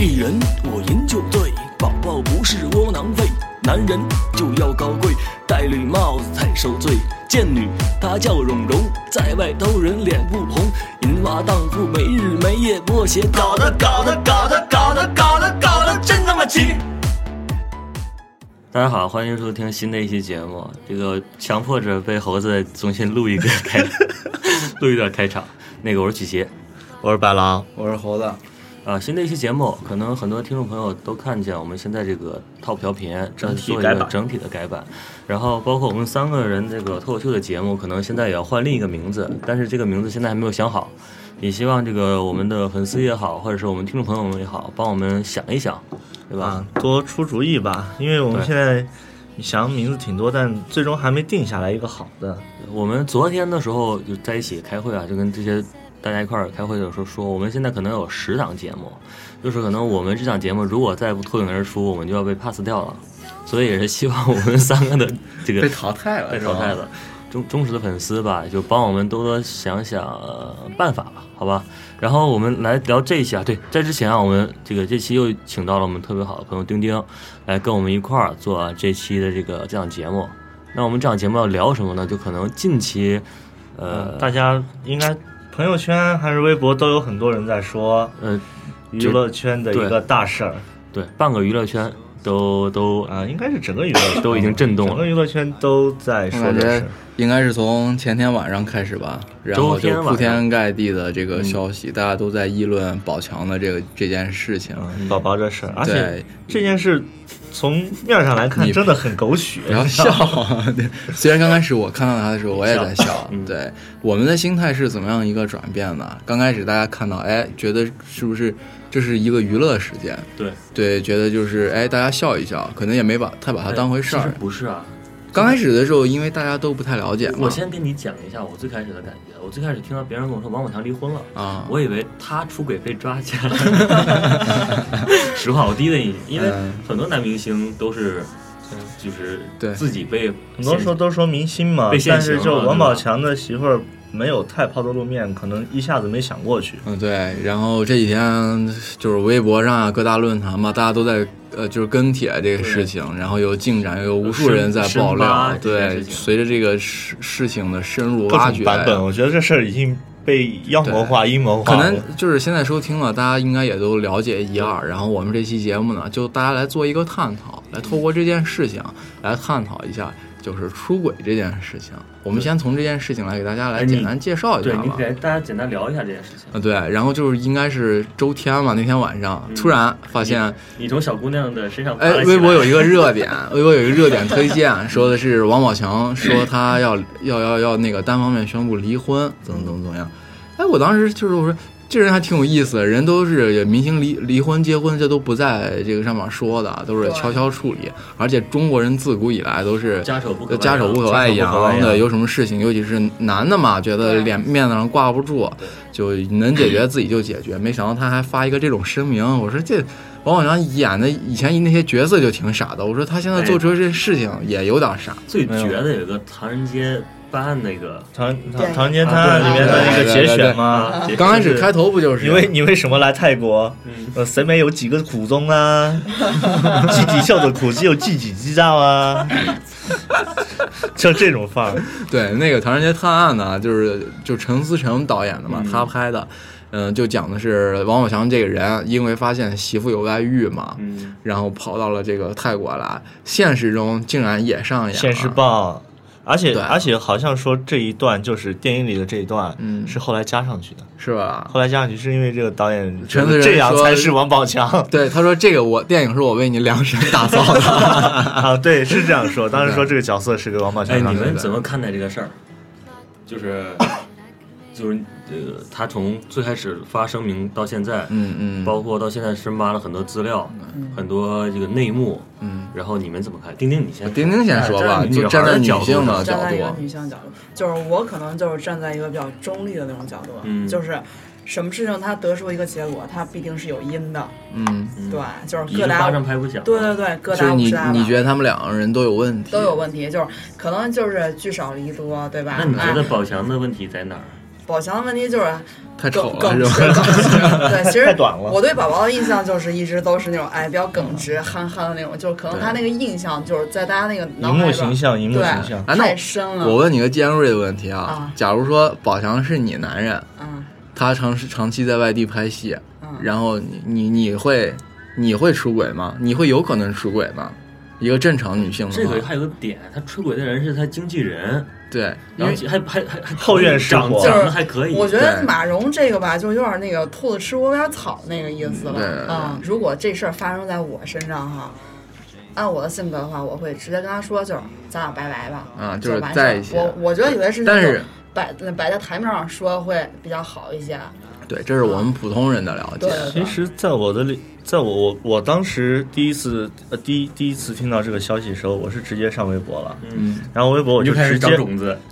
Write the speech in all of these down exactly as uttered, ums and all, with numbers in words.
一人我饮酒醉，宝宝不是窝囊废，男人就要高贵，戴绿帽子才受罪。贱女她叫蓉蓉，在外头人脸不红，淫娃荡妇没日没夜剥削，搞得搞得搞得搞得搞得搞得真他妈气。 大家好，欢迎收听新的一期节目。这个强迫着被猴子重新录一个开录一段开场。那个我是曲奇， 我是白狼， 我是猴子。 啊，新的一期节目，可能很多听众朋友都看见，我们现在这个 Top 调频整体做一个整体的改版，然后包括我们三个人这个脱口秀的节目，可能现在也要换另一个名字，但是这个名字现在还没有想好。也希望这个我们的粉丝也好，或者是我们听众朋友们也好，帮我们想一想，对吧？ 啊、多出主意吧，因为我们现在想名字挺多，但最终还没定下来一个好的。 我们昨天的时候就在一起开会啊，就跟这些大家一块儿开会的时候说，我们现在可能有十档节目，就是可能我们这档节目如果再不脱颖而出，我们就要被 pass 掉了，所以也是希望我们三个的这个被淘汰了， 被淘汰了。忠忠实的粉丝吧，就帮我们多多想想、呃、办法吧，好吧。然后我们来聊这一期啊，对，在之前啊，我们这个这期又请到了我们特别好的朋友丁丁，来跟我们一块儿做、啊、这期的这个这档节目。那我们这档节目要聊什么呢？就可能近期，呃， 嗯、大家应该朋友圈还是微博都有很多人在说，呃，娱乐圈的一个大事儿， 对，半个娱乐圈。都都啊，应该是整个娱乐圈都已经震动了， 整个娱乐圈都在说的是， 应该是从前天晚上开始吧，然后就铺天盖地的这个消息，嗯、大家都在议论宝强的这个这件事情， 嗯、宝宝这事儿，而且这件事从面上来看真的很狗血， 不要笑啊！对，虽然刚开始我看到他的时候我也在笑，嗯、对，我们的心态是怎么样一个转变呢？刚开始大家看到，哎，觉得是不是？这是一个娱乐事件， 对对，觉得就是哎，大家笑一笑，可能也没把太把它当回事儿。 其实不是啊， 刚开始的时候，因为大家都不太了解嘛。 我先跟你讲一下我最开始的感觉。我最开始听到别人跟我说王宝强离婚了啊，我以为他出轨被抓起来了。实话，我第一个印象，因为很多男明星都是。就是自己被很多时候都说明星嘛，但是就王宝强的媳妇儿没有太抛头露面，可能一下子没想过去。 嗯，对。然后这几天就是微博上啊，各大论坛嘛，大家都在呃就是跟帖这个事情，然后有进展，有无数人在爆料。对，随着这个事事情的深入挖掘， 版本，我觉得这事儿已经被妖魔化、阴谋化。 可能就是现在收听了，大家应该也都了解一二。然后我们这期节目呢，就大家来做一个探讨。来透过这件事情来探讨一下，就是出轨这件事情。我们先从这件事情来给大家来简单介绍一下吧。 对，你给大家简单聊一下这件事情。 啊，对，然后就是应该是周天嘛，那天晚上、嗯、突然发现你，你从小姑娘的身上哎，微博有一个热点，微博有一个热点推荐，说的是王宝强说他要要要要那个单方面宣布离婚，怎么怎么怎么样。哎，我当时就是我说。这人还挺有意思的，人都是明星离离婚结婚，这都不在这个上面说的，都是悄悄处理。而且中国人自古以来都是家丑不可家丑不可外扬的，有什么事情，尤其是男的嘛，觉得脸面子上挂不住，就能解决自己就解决。没想到他还发一个这种声明，我说这王宝强演的以前那些角色就挺傻的，我说他现在做出这事情也有点傻。 最绝的有个唐人街办案那个唐唐唐人街探案里面的一个节选吗？ 刚开始开头不就是你为你为什么来泰国？呃，审美有几个苦衷啊？自己秀的苦只有自己知道啊。就这种范儿。 对，那个唐人街探案呢，就是就陈思诚导演的嘛，嗯、他拍的。嗯、呃，就讲的是王宝强这个人，因为发现媳妇有外遇嘛，嗯，然后跑到了这个泰国来，现实中竟然也上演了。 现实报。而且而且好像说这一段就是电影里的这一段，嗯，是后来加上去的， 是吧？ 后来加上去是因为这个导演觉得这样才是王宝强。 对，他说这个我电影是我为你量身打造的啊，对，是这样说。当时说这个角色是给王宝强。 哎，你们怎么看待这个事儿？就是就是这个他从最开始发声明到现在， 嗯嗯， 包括到现在深挖了很多资料，嗯、很多这个内幕，嗯，然后你们怎么看？丁丁，你先， 丁丁先说吧，就站在女性的角度， 站在一个女性角度，就是我可能就是站在一个比较中立的那种角度，嗯，就是什么事情它得出一个结果，它必定是有因的， 嗯， 对，就是各打上拍不响， 对对对，各打五十大板。 你觉得他们两个人都有问题？ 都有问题，就是可能就是聚少离多，对吧？ 那你觉得宝强的问题在哪儿？ 宝强的问题就是太丑耿了，是吧？ 对，其实太短了。 我对宝宝的印象就是一直都是那种哎比较耿直、憨憨的那种，就是可能他那个印象就是在大家那个荧幕形象，荧幕形象太深了。 我问你个尖锐的问题啊， 啊假如说宝强是你男人， 嗯， 他长长期在外地拍戏，嗯，然后你你你会你会出轨吗？你会有可能出轨吗？一个正常女性的话， 这个还有个点，他出轨的人是他经纪人。 对， 然后还还还还后院生活长得还可以。 我觉得马蓉这个吧，就有点那个兔子吃窝边草那个意思了。嗯，如果这事儿发生在我身上哈，按我的性格的话，我会直接跟他说，就是咱俩拜拜吧。 啊， 就是在一起。 我我觉得有些事情， 但是摆摆在台面上说会比较好一些。 对，这是我们普通人的了解。 其实，在我的里，在我我我当时第一次呃第一第一次听到这个消息的时候，我是直接上微博了，嗯，然后微博我就直接长种子，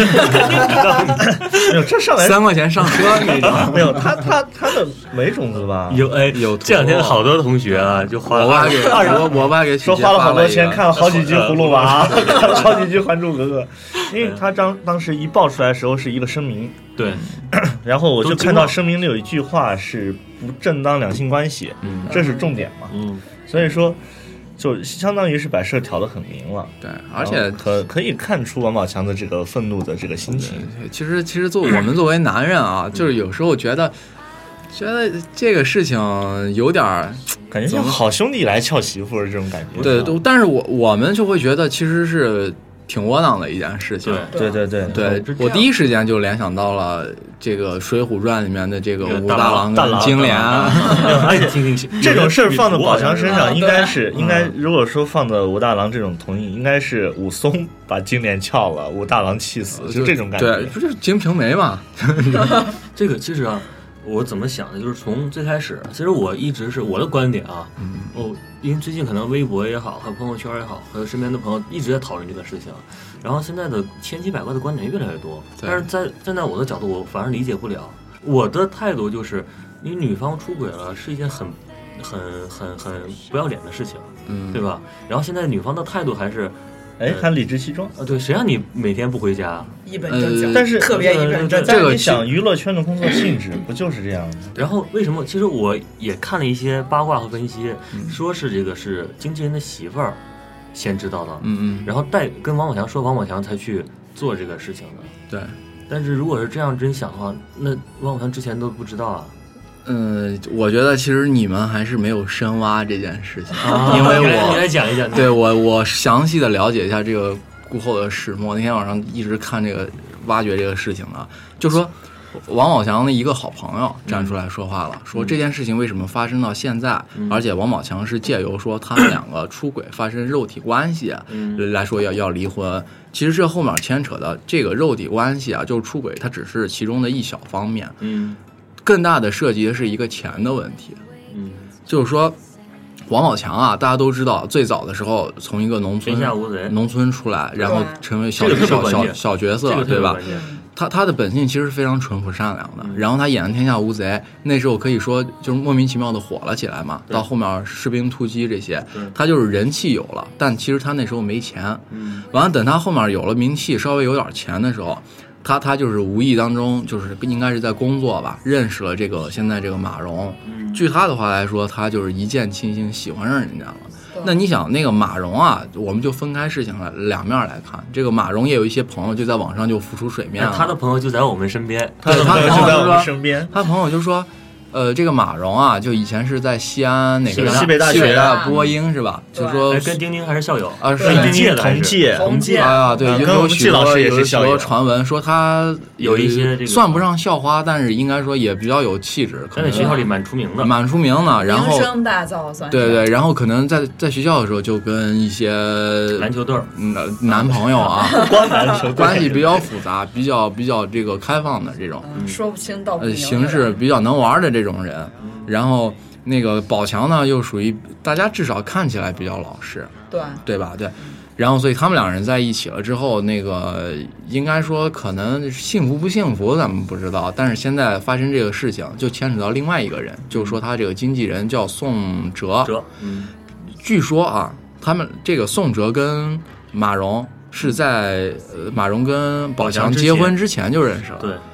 没有，这上来三块钱上车那种， 没有，他他他的没种子吧？ 有哎有， 这两天好多同学啊，就花我爸给我我爸给说花了好多钱看了好几集《葫芦娃》，看了好几集《还珠格格》，因为他当当时一爆出来的时候是一个声明。 对， 然后我就看到声明里有一句话是不正当两性关系， 嗯， 这是重点嘛， 嗯， 所以说就相当于是把事调得很明了， 对，而且可可以看出王宝强的这个愤怒的这个心情。 其实其实作我们作为男人啊，就是有时候觉得觉得这个事情有点感觉像好兄弟来俏媳妇这种感觉， 对，都但是我我们就会觉得其实是挺窝囊的一件事情。 对对对对对，我第一时间就联想到了这个《水浒传》里面的这个武大郎跟金莲。 而且这种事儿放在宝强身上，应该是应该，如果说放在武大郎这种同意，应该是武松把金莲撬了，武大郎气死，就这种感觉。 对，不是《金瓶梅》嘛？ 这个其实啊。我怎么想的？就是从最开始，其实我一直是我的观点啊。嗯，我因为最近可能微博也好，和朋友圈也好，和身边的朋友一直在讨论这个事情。然后现在的千奇百怪的观点越来越多，但是在站在我的角度，我反而理解不了。我的态度就是，你女方出轨了是一件很、很、很、很不要脸的事情，嗯，对吧？然后现在女方的态度还是。 哎，还理直气壮啊！对，谁让你每天不回家？ 一本正经， 但是特别一本正经。 这个你想，娱乐圈的工作性质不就是这样吗？ 然后为什么？其实我也看了一些八卦和分析，嗯、说是这个是经纪人的媳妇儿先知道的， 嗯嗯， 然后带跟王宝强说，王宝强才去做这个事情的。 对， 但是如果是这样真想的话，那王宝强之前都不知道啊。 嗯，我觉得其实你们还是没有深挖这件事情， 啊、 因为我你来讲一讲， 对我我详细的了解一下这个故后的始末。那天晚上一直看这个挖掘这个事情啊，就说王宝强的一个好朋友站出来说话了，嗯、说这件事情为什么发生到现在，嗯、而且王宝强是借由说他们两个出轨发生肉体关系，嗯、来说要要离婚。其实这后面牵扯的这个肉体关系啊，就是出轨，它只是其中的一小方面。 嗯。 更大的涉及的是一个钱的问题，嗯，就是说，王宝强啊，大家都知道，最早的时候从一个农村农村出来，然后成为小小小小角色，对吧？他他的本性其实是非常淳朴善良的，然后他演的《天下无贼》，那时候可以说就是莫名其妙的火了起来嘛。到后面士兵突击这些，他就是人气有了，但其实他那时候没钱。嗯，完了等他后面有了名气，稍微有点钱的时候。他他就是无意当中，就是应该是在工作吧，认识了这个现在这个马蓉。嗯、据他的话来说，他就是一见倾心，喜欢上人家了。那你想，那个马蓉啊，我们就分开事情了，两面来看。这个马蓉也有一些朋友就在网上就浮出水面了， 他的朋友就在我们身边， 他的朋友就在我们身边。 他朋友就说。呃，这个马蓉啊，就以前是在西安哪个西北大学、 西北大播音是吧？就说跟丁丁还是校友啊，是丁丁同届， 同届啊，对， 跟我们季老师也是校友。 传闻说他有一些这个算不上校花，但是应该说也比较有气质，可能在学校里蛮出名的， 蛮出名的。然后名声大噪算对对，然后可能在在学校的时候就跟一些篮球队嗯男朋友啊， 光篮球关系比较复杂，比较比较这个开放的这种， 嗯、说不清道不明， 形式比较能玩的这种人。然后那个宝强呢，又属于大家至少看起来比较老实， 对对吧？对。然后所以他们两人在一起了之后，那个应该说可能幸福不幸福咱们不知道，但是现在发生这个事情就牵扯到另外一个人，就是说他这个经纪人叫宋哲。 哲，嗯， 据说啊，他们这个宋哲跟马蓉是在呃马蓉跟宝强结婚之前就认识了。 对。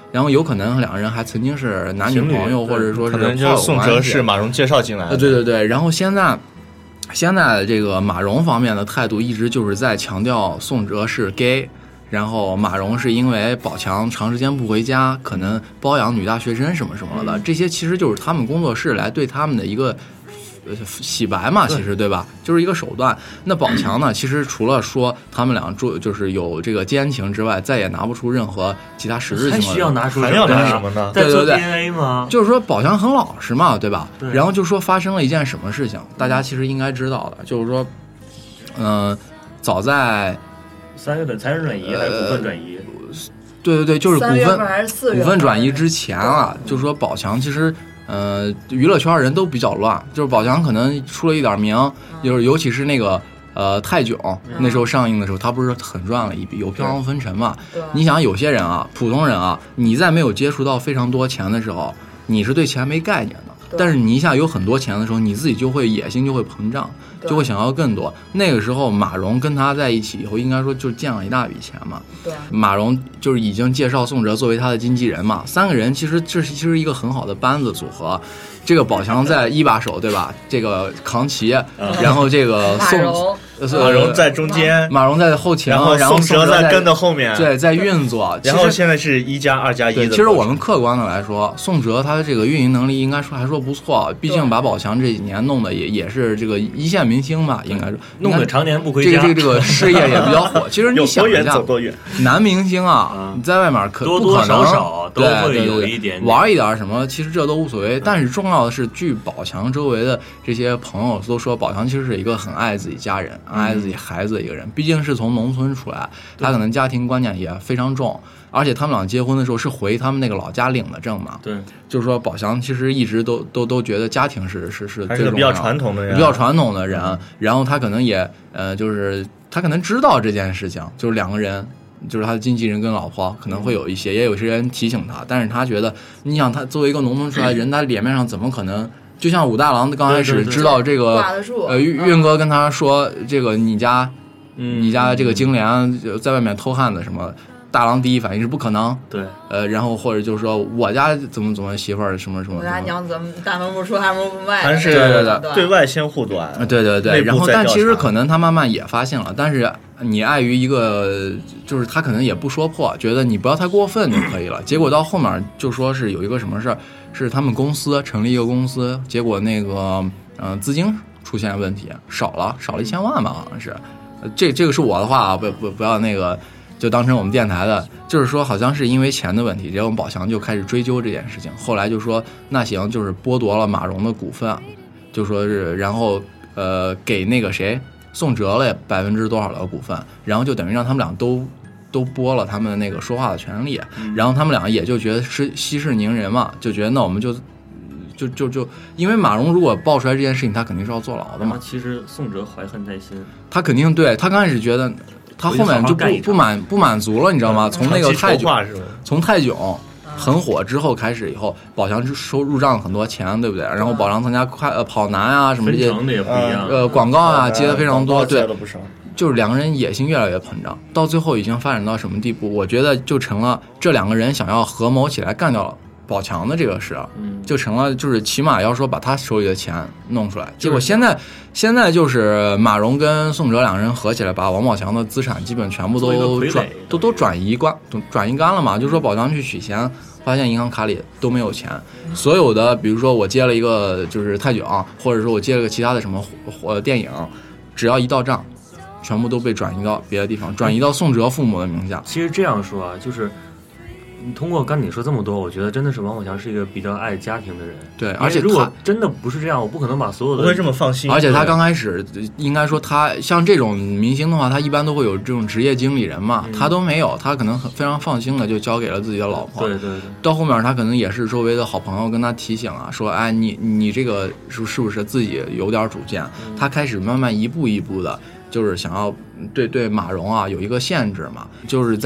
然后有可能两个人还曾经是男女朋友，或者说是可能就是宋哲是马蓉介绍进来的。 呃，对对对。然后现在，现在这个马蓉方面的态度一直就是在强调宋哲是 gay， 然后马蓉是因为宝强长时间不回家，可能包养女大学生什么什么的，这些其实就是他们工作室来对他们的一个。洗白嘛，其实对吧？就是一个手段。那宝强呢，其实除了说他们俩住就是有这个奸情之外，再也拿不出任何其他实质性的。 还需要拿出还要拿什么呢？ 在做 D N A 吗？ 就是说宝强很老实嘛，对吧？对。然后就说发生了一件什么事情，大家其实应该知道的，就是说，嗯、呃，早在三月份财产转移还是股份转移？ 呃、对对对，就是股份股份转移之前啊， 嗯、 就是说宝强其实。呃，娱乐圈人都比较乱，就是宝强可能出了一点名，就是尤其是那个呃泰囧、嗯、那时候上映的时候，他不是很赚了一笔，有票房分成嘛？你想有些人啊，普通人啊，你在没有接触到非常多钱的时候，你是对钱没概念的，但是你一下有很多钱的时候，你自己就会野心就会膨胀，就会想要更多。那个时候马蓉跟他在一起以后，应该说就见了一大笔钱嘛。 对， 马蓉就是已经介绍宋哲作为他的经纪人嘛，三个人其实这是其实一个很好的班子组合。这个宝强在一把手，对吧？这个扛旗，嗯、然后这个宋马蓉在中间， 马蓉在后勤， 然后宋哲在跟在后面， 对，在运作。 然后现在是一加二加一的。 其实我们客观的来说，宋哲他的这个运营能力应该说还说不错，毕竟把宝强这几年弄的也也是这个一线明星吧，应该说弄得常年不回家， 这个这个这个事业也比较火。其实你想一下， 有多远走多远， 男明星啊，你在外面可多多少少都会有一点玩一点什么，其实这都无所谓。但是重要的是，据宝强周围的这些朋友都说，宝强其实是一个很爱自己家人、很爱自己孩子的一个人。毕竟是从农村出来，他可能家庭观念也非常重。而且他们俩结婚的时候是回他们那个老家领的证嘛， 对， 就是说宝强其实一直都都都觉得家庭是是是还是比较传统的人， 比较传统的人。嗯、然后他可能也呃，就是他可能知道这件事情，就是两个人，就是他的经纪人跟老婆可能会有一些，嗯、也有些人提醒他，但是他觉得，你想他作为一个农村出来的人，他脸面上怎么可能？就像武大郎刚开始知道这个， 对对对呃，运哥跟他说，这个你家， 嗯、 你家这个金莲在外面偷汉子什么。大郎第一反应是不可能， 对， 呃，然后或者就是说我家怎么怎么媳妇儿什么什么， 我家娘怎么大门不出二门不迈， 还是对对对对外先护短， 对对对。然后但其实可能他慢慢也发现了，但是你碍于一个就是他可能也不说破，觉得你不要太过分就可以了。结果到后面就说是有一个什么事儿，是他们公司成立一个公司，结果那个嗯、呃、资金出现问题，少了少了一千万吧，好像是。这这个是我的话啊，不不不要那个。就当成我们电台的，就是说好像是因为钱的问题，然后宝强就开始追究这件事情。后来就说那行，就是剥夺了马蓉的股份，就说是然后呃给那个谁宋哲了百分之多少的股份，然后就等于让他们俩都都剥了他们那个说话的权利，然后他们俩也就觉得是息事宁人嘛，就觉得那我们就就就就因为马蓉如果爆出来这件事情，他肯定是要坐牢的嘛。 其实宋哲怀恨在心， 他肯定对他刚开始觉得。他后面就不不满不满足了，你知道吗？从那个泰囧，从泰囧很火之后开始以后，宝强收入账很多钱，对不对？然后宝强参加快呃跑男啊什么这些， 分成的也不一样， 呃广告啊接的非常多，对， 不少。 就是两个人野心越来越膨胀，到最后已经发展到什么地步？我觉得就成了这两个人想要合谋起来干掉宝强的这个事，嗯，就成了就是起码要说把他手里的钱弄出来。结果现在现在就是马蓉跟宋哲两人合起来，把王宝强的资产基本全部都转都都转移关转移干了嘛。就是说宝强去取钱，发现银行卡里都没有钱，所有的比如说我接了一个就是泰囧，或者说我接了个其他的什么呃电影，只要一到账，全部都被转移到别的地方，转移到宋哲父母的名下。 其实这样说啊，就是通过刚你说这么多，我觉得真的是王宝强是一个比较爱家庭的人。 对，而且如果真的不是这样，我不可能把所有的不会这么放心。 而且他刚开始应该说他像这种明星的话，他一般都会有这种职业经理人嘛，嗯、他都没有，他可能很非常放心的就交给了自己的老婆。 对对对。 到后面他可能也是周围的好朋友跟他提醒啊，说哎你你这个是是不是自己有点主见？嗯、他开始慢慢一步一步的，就是想要对对马蓉啊有一个限制嘛，就是在。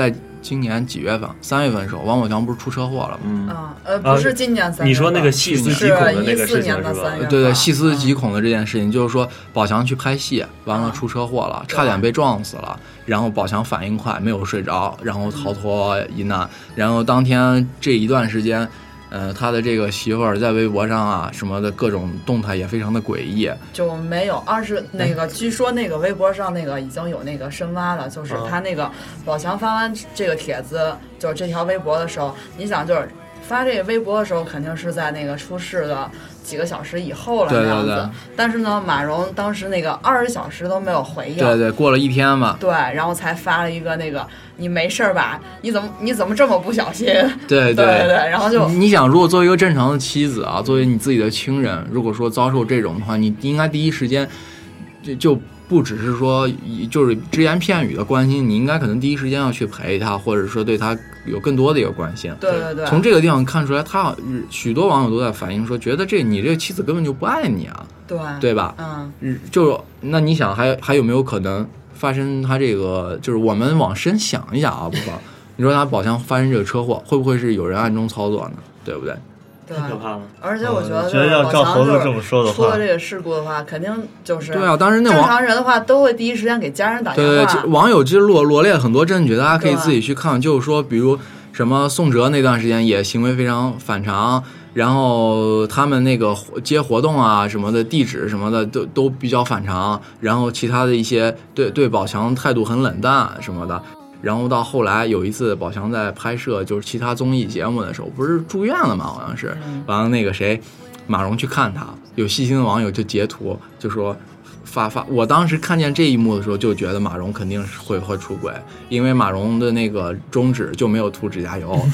今年几月份？三月份的时候，王宝强不是出车祸了吗？ 嗯啊，呃，不是今年三月、 啊。你说那个细思极恐的那个事情是吧？ 对对，细思极恐的这件事情，就是说宝强去拍戏，完了出车祸了，啊、差点被撞死了。然后宝强反应快，没有睡着，然后逃脱一难。然后当天这一段时间。呃，他的这个媳妇儿在微博上啊什么的各种动态也非常的诡异， 就没有二十那个，据说那个微博上那个已经有那个深挖了，就是他那个宝强发完这个帖子，就是这条微博的时候，你想就是发这个微博的时候，肯定是在那个出事的几个小时以后了那样子。 对对对。 但是呢，马蓉当时那个二十小时都没有回应。 对对，过了一天嘛。 对，然后才发了一个那个你没事吧？你怎么你怎么这么不小心？ 对对对对，然后就你想，如果作为一个正常的妻子啊，作为你自己的亲人，如果说遭受这种的话，你应该第一时间就就。不只是说就是只言片语的关心，你应该可能第一时间要去陪他，或者说对他有更多的一个关心。 对对对。 从这个地方看出来，他许多网友都在反映说，觉得这你这个妻子根本就不爱你啊， 对对吧？ 嗯， 就那你想还还有没有可能发生他这个？就是我们往深想一下啊，不妨你说他宝强发生这个车祸，会不会是有人暗中操作呢？对不对？ 对， 太可怕了。 而且我觉得， 觉得要照猴子这么说的话， 出了这个事故的话，肯定就是对啊。当时那正常人的话，都会第一时间给家人打电话。 对对，网友其实罗罗列很多证据，大家可以自己去看。就是说，比如什么宋哲那段时间也行为非常反常，然后他们那个接活动啊什么的地址什么的都都比较反常，然后其他的一些对对宝强态度很冷淡什么的。然后到后来有一次，宝强在拍摄就是其他综艺节目的时候，不是住院了吗？好像是，完了那个谁，马蓉去看他，有细心的网友就截图，就说发发。我当时看见这一幕的时候，就觉得马蓉肯定是会会出轨，因为马蓉的那个中指就没有涂指甲油。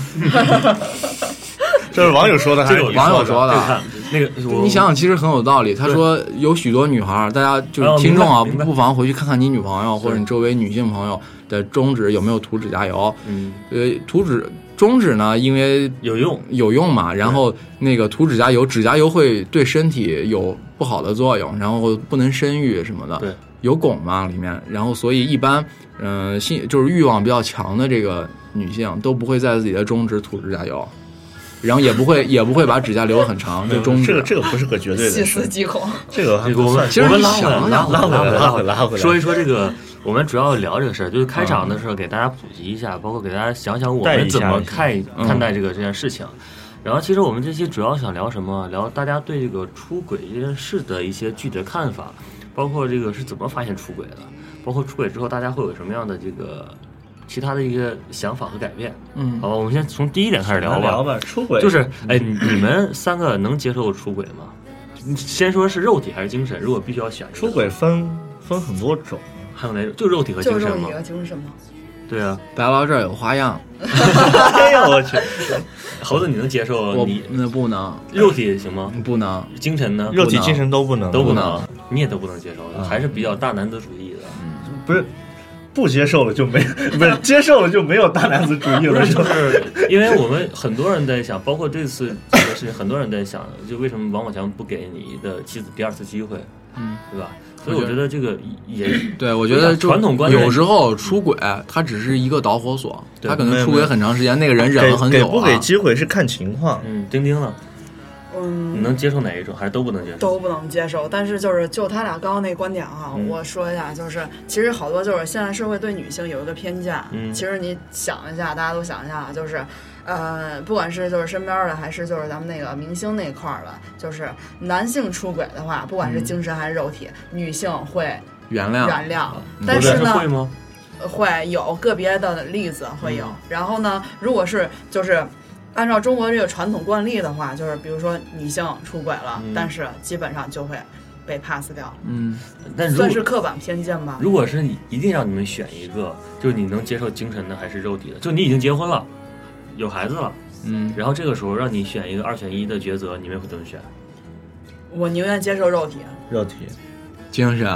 这是网友说的还是网友说的？ 那个你想想，其实很有道理。他说有许多女孩，大家就是听众啊，不妨回去看看你女朋友或者你周围女性朋友的中指有没有涂指甲油。 嗯， 呃，涂指中指呢，因为有用有用嘛，然后那个涂指甲油，指甲油会对身体有不好的作用，然后不能生育什么的。 对， 有汞嘛里面，然后所以一般，嗯、呃，性就是欲望比较强的这个女性都不会在自己的中指涂指甲油。然后也不会也不会把指甲留得很长，就中指。 这个这个不是个绝对的。 细思极恐。 这个这个我们其实我们拉回来拉回来拉回来拉回来说一说这个，我们主要聊这个事儿，就是开场的时候给大家普及一下，包括给大家想想我们怎么看看待这个这件事情。然后其实我们这期主要想聊什么？聊大家对这个出轨这件事的一些具体的看法，包括这个是怎么发现出轨的，包括出轨之后大家会有什么样的这个。其他的一个想法和改变， 嗯， 好吧，我们先从第一点开始聊吧。 聊吧，出轨就是，哎，你们三个能接受出轨吗？先说是肉体还是精神？如果必须要选， 出轨分分很多种， 还有哪种？就肉体和精神吗？ 就肉体和精神吗？ 对啊， 白老这儿有花样。 哎呦我去！ 猴子，你能接受？ 我你那不能。 肉体行吗？ 不能。 精神呢？ 肉体、精神都不能， 都不能。 你也都不能接受， 嗯、 还是比较大男子主义的。 嗯，不是。不接受了就没，不是接受了就没有大男子主义了， 就是因为我们很多人在想，包括这次这个事情，很多人在想，就为什么王宝强不给你的妻子第二次机会， 嗯， 对吧？所以我觉得这个也对，我觉得传统观念有时候出轨，它只是一个导火索， 他可能出轨很长时间，那个人忍了很久、啊， 给不给机会是看情况。 嗯，丁丁呢？ 嗯， 你能接受哪一种，还是都不能接受？ 都不能接受。但是就是就他俩刚刚那观点啊， 嗯、 我说一下，就是其实好多就是现在社会对女性有一个偏见。 嗯， 其实你想一下，大家都想一下，就是呃，不管是就是身边的，还是就是咱们那个明星那块儿的，就是男性出轨的话，不管是精神还是肉体，嗯、女性会原谅原谅。但是呢， 会吗？ 会有个别的例子会有。 嗯、 然后呢，如果是就是。按照中国这个传统惯例的话，就是比如说女性出轨了，嗯、但是基本上就会被 pass 掉。 嗯， 但算是刻板偏见吧。 如果是你一定让你们选一个，就是你能接受精神的还是肉体的？就你已经结婚了，有孩子了， 嗯， 然后这个时候让你选一个二选一的抉择，你们会怎么选？ 我宁愿接受肉体。 肉体。 精神啊，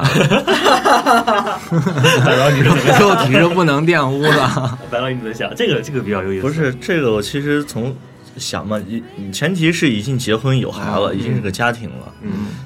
白老你是怎么肉体是不能玷污的。 白老你怎么想？这个这个比较有意思。 不是这个，我其实从想嘛，前提是已经结婚有孩了， 嗯、 已经是个家庭了。 嗯，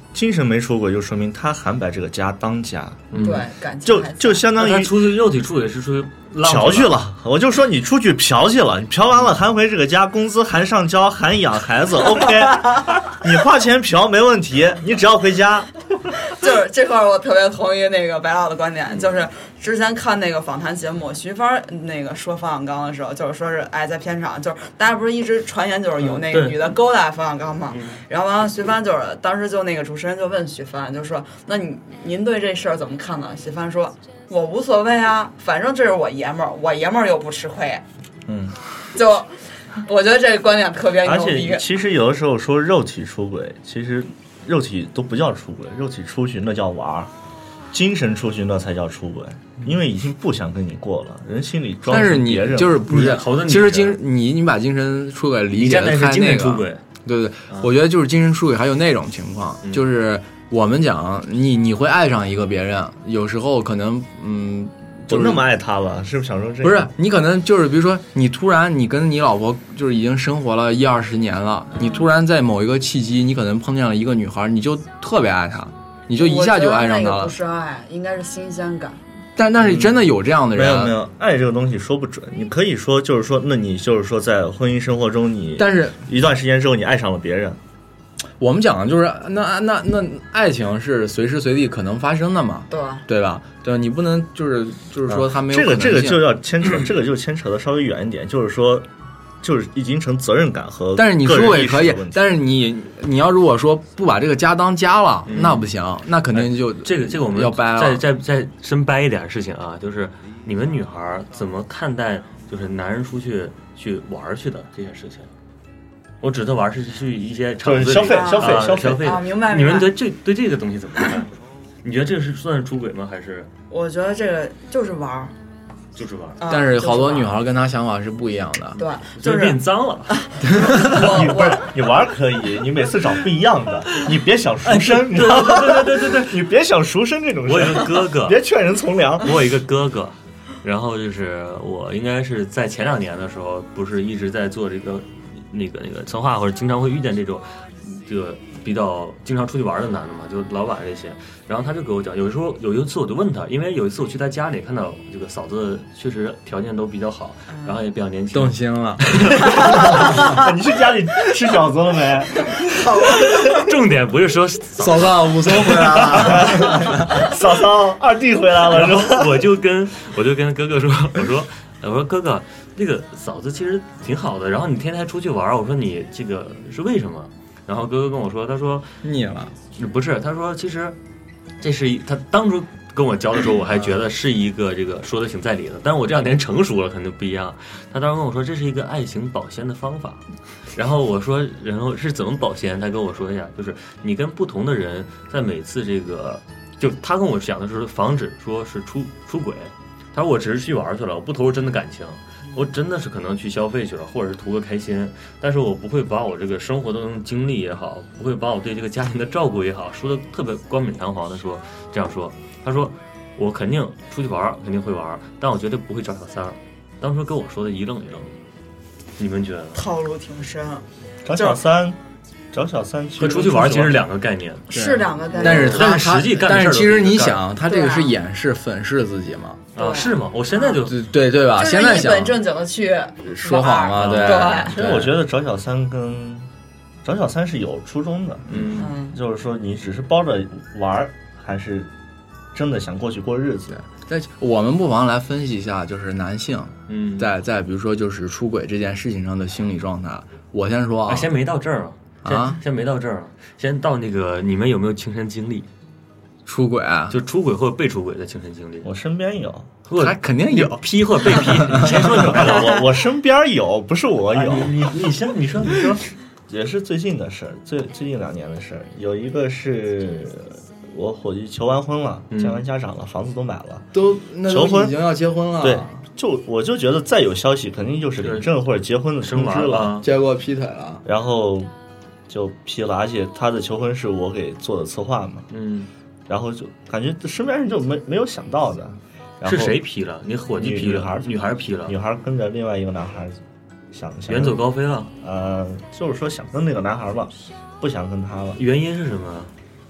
精神没出轨，就说明他还把这个家当家， 嗯、 对，感情就就相当于他出去肉体出轨是出去嫖去了。我就说你出去嫖去了，你嫖完了还回这个家，工资还上交，还养孩子，OK， 你花钱嫖没问题，你只要回家。 就是这块我特别同意那个白老的观点，就是之前看那个访谈节目，徐帆那个说冯小刚的时候，就是说是哎在片场，就是大家不是一直传言就是有那个女的勾搭冯小刚嘛，嗯、然后完了徐帆就是当时就那个主持人就问徐帆，就说那你您对这事儿怎么看呢？徐帆说我无所谓啊，反正这是我爷们儿，我爷们儿又不吃亏， 嗯， 就我觉得这个观点特别牛逼。 而且其实有的时候说肉体出轨，其实。肉体都不叫出轨，肉体出去那叫玩，精神出去那才叫出轨，因为已经不想跟你过了，人心里装。 但是你就是不是？其实精你你把精神出轨理解的太那个，对对，嗯、我觉得就是精神出轨还有那种情况，嗯、就是我们讲你你会爱上一个别人，有时候可能嗯。 就那么爱他了，是不是想说这个？ 不是，你可能就是比如说，你突然你跟你老婆就是已经生活了一二十年了，嗯、你突然在某一个契机，你可能碰见了一个女孩，你就特别爱她，你就一下就爱上她了。 不是爱，应该是新鲜感。 但但是真的有这样的人、 嗯？没有没有，爱这个东西说不准。你可以说就是说，那你就是说在婚姻生活中你， 但是一段时间之后你爱上了别人。 我们讲的就是那那那爱情是随时随地可能发生的嘛， 对对吧？对，你不能就是就是说他没有、 啊、这个这个就要牵扯，这个就牵扯的稍微远一点，就是说，就是已经成责任感和但是你说也可以，但是你你要如果说不把这个家当家了，嗯、那不行，那肯定就、 哎、这个这个我们要掰了。 再再再深掰一点事情啊，就是你们女孩怎么看待就是男人出去去玩去的这件事情？我指的玩是去一些场子消费消费消费啊，明白？ 你们对这对这个东西怎么看？你觉得这个是算是出轨吗？还是？ 我觉得这个就是玩， 就是玩。 啊、 但是好多女孩跟他想法是不一样的。 对，就是变脏了。 你不是你玩可以，你每次找不一样的，你别想赎身，你知道吗？ 对对对对对， 你别想赎身这种事。 我有一个哥哥， 别劝人从良。 我有一个哥哥，然后就是我应该是在前两年的时候，不是一直在做这个。那个那个策划或者经常会遇见这种，这个比较经常出去玩的男的嘛，就老板这些。然后他就给我讲，有时候有一次我就问他，因为有一次我去他家里看到这个嫂子确实条件都比较好，然后也比较年轻， 动心了。 你去家里吃饺子了没？ 重点不是说嫂嫂武松回来了， 嫂嫂二弟回来了， 然后我就跟我就跟哥哥说，我说我说哥哥。这个嫂子其实挺好的，然后你天天出去玩，我说你这个是为什么？然后哥哥跟我说，他说腻了， 不是，他说其实这是一，他当初跟我教的时候，我还觉得是一个这个说的挺在理的，但是我这两年成熟了，肯定不一样。他当时跟我说这是一个爱情保鲜的方法，然后我说，然后是怎么保鲜？他跟我说一下，就是你跟不同的人在每次这个，就他跟我讲的是防止说是出出轨，他说我只是去玩去了，我不投入真的感情。我真的是可能去消费去了，或者是图个开心，但是我不会把我这个生活当中经历也好，不会把我对这个家庭的照顾也好，说的特别冠冕堂皇的说这样说。他说我肯定出去玩，肯定会玩，但我绝对不会找小三儿。当时跟我说的一愣一愣的，你们觉得？ 套路挺深， 找小三。找小三和出去玩其实两个概念， 是两个概念。 但是他但是实际干但是其实你想，他这个是掩饰粉饰自己嘛？ 啊，是吗？我现在就对对吧？现在想一本正经的去说谎了，对。 所以我觉得找小三跟找小三是有初衷的， 嗯， 就是说你只是包着玩，还是真的想过去过日子。 但我们不妨来分析一下，就是男性， 嗯， 在在比如说就是出轨这件事情上的心理状态。我先说啊， 先没到这儿啊。先啊， 先没到这儿，先到那个你们有没有亲身经历？ 出轨啊？ 就出轨或者被出轨的亲身经历？ 我身边有， 还肯定有批或者被批。你先说你的，我我身边有，不是我有。 啊、你你你先你说你说， 也是最近的事儿，最最近两年的事儿。有一个是我伙计求完婚了，见完家长了，房子都买了， 都那求婚已经要结婚了。 对。就我就觉得再有消息，肯定就是领证或者结婚的通知了， 结果劈腿了， 然后就批了，而且他的求婚是我给做的策划嘛， 嗯， 然后就感觉身边人就没没有想到的，然后是谁批了？你伙计批了， 女孩女孩批了， 女孩跟着另外一个男孩想想远走高飞了， 呃，就是说想跟那个男孩吧，不想跟他了， 原因是什么？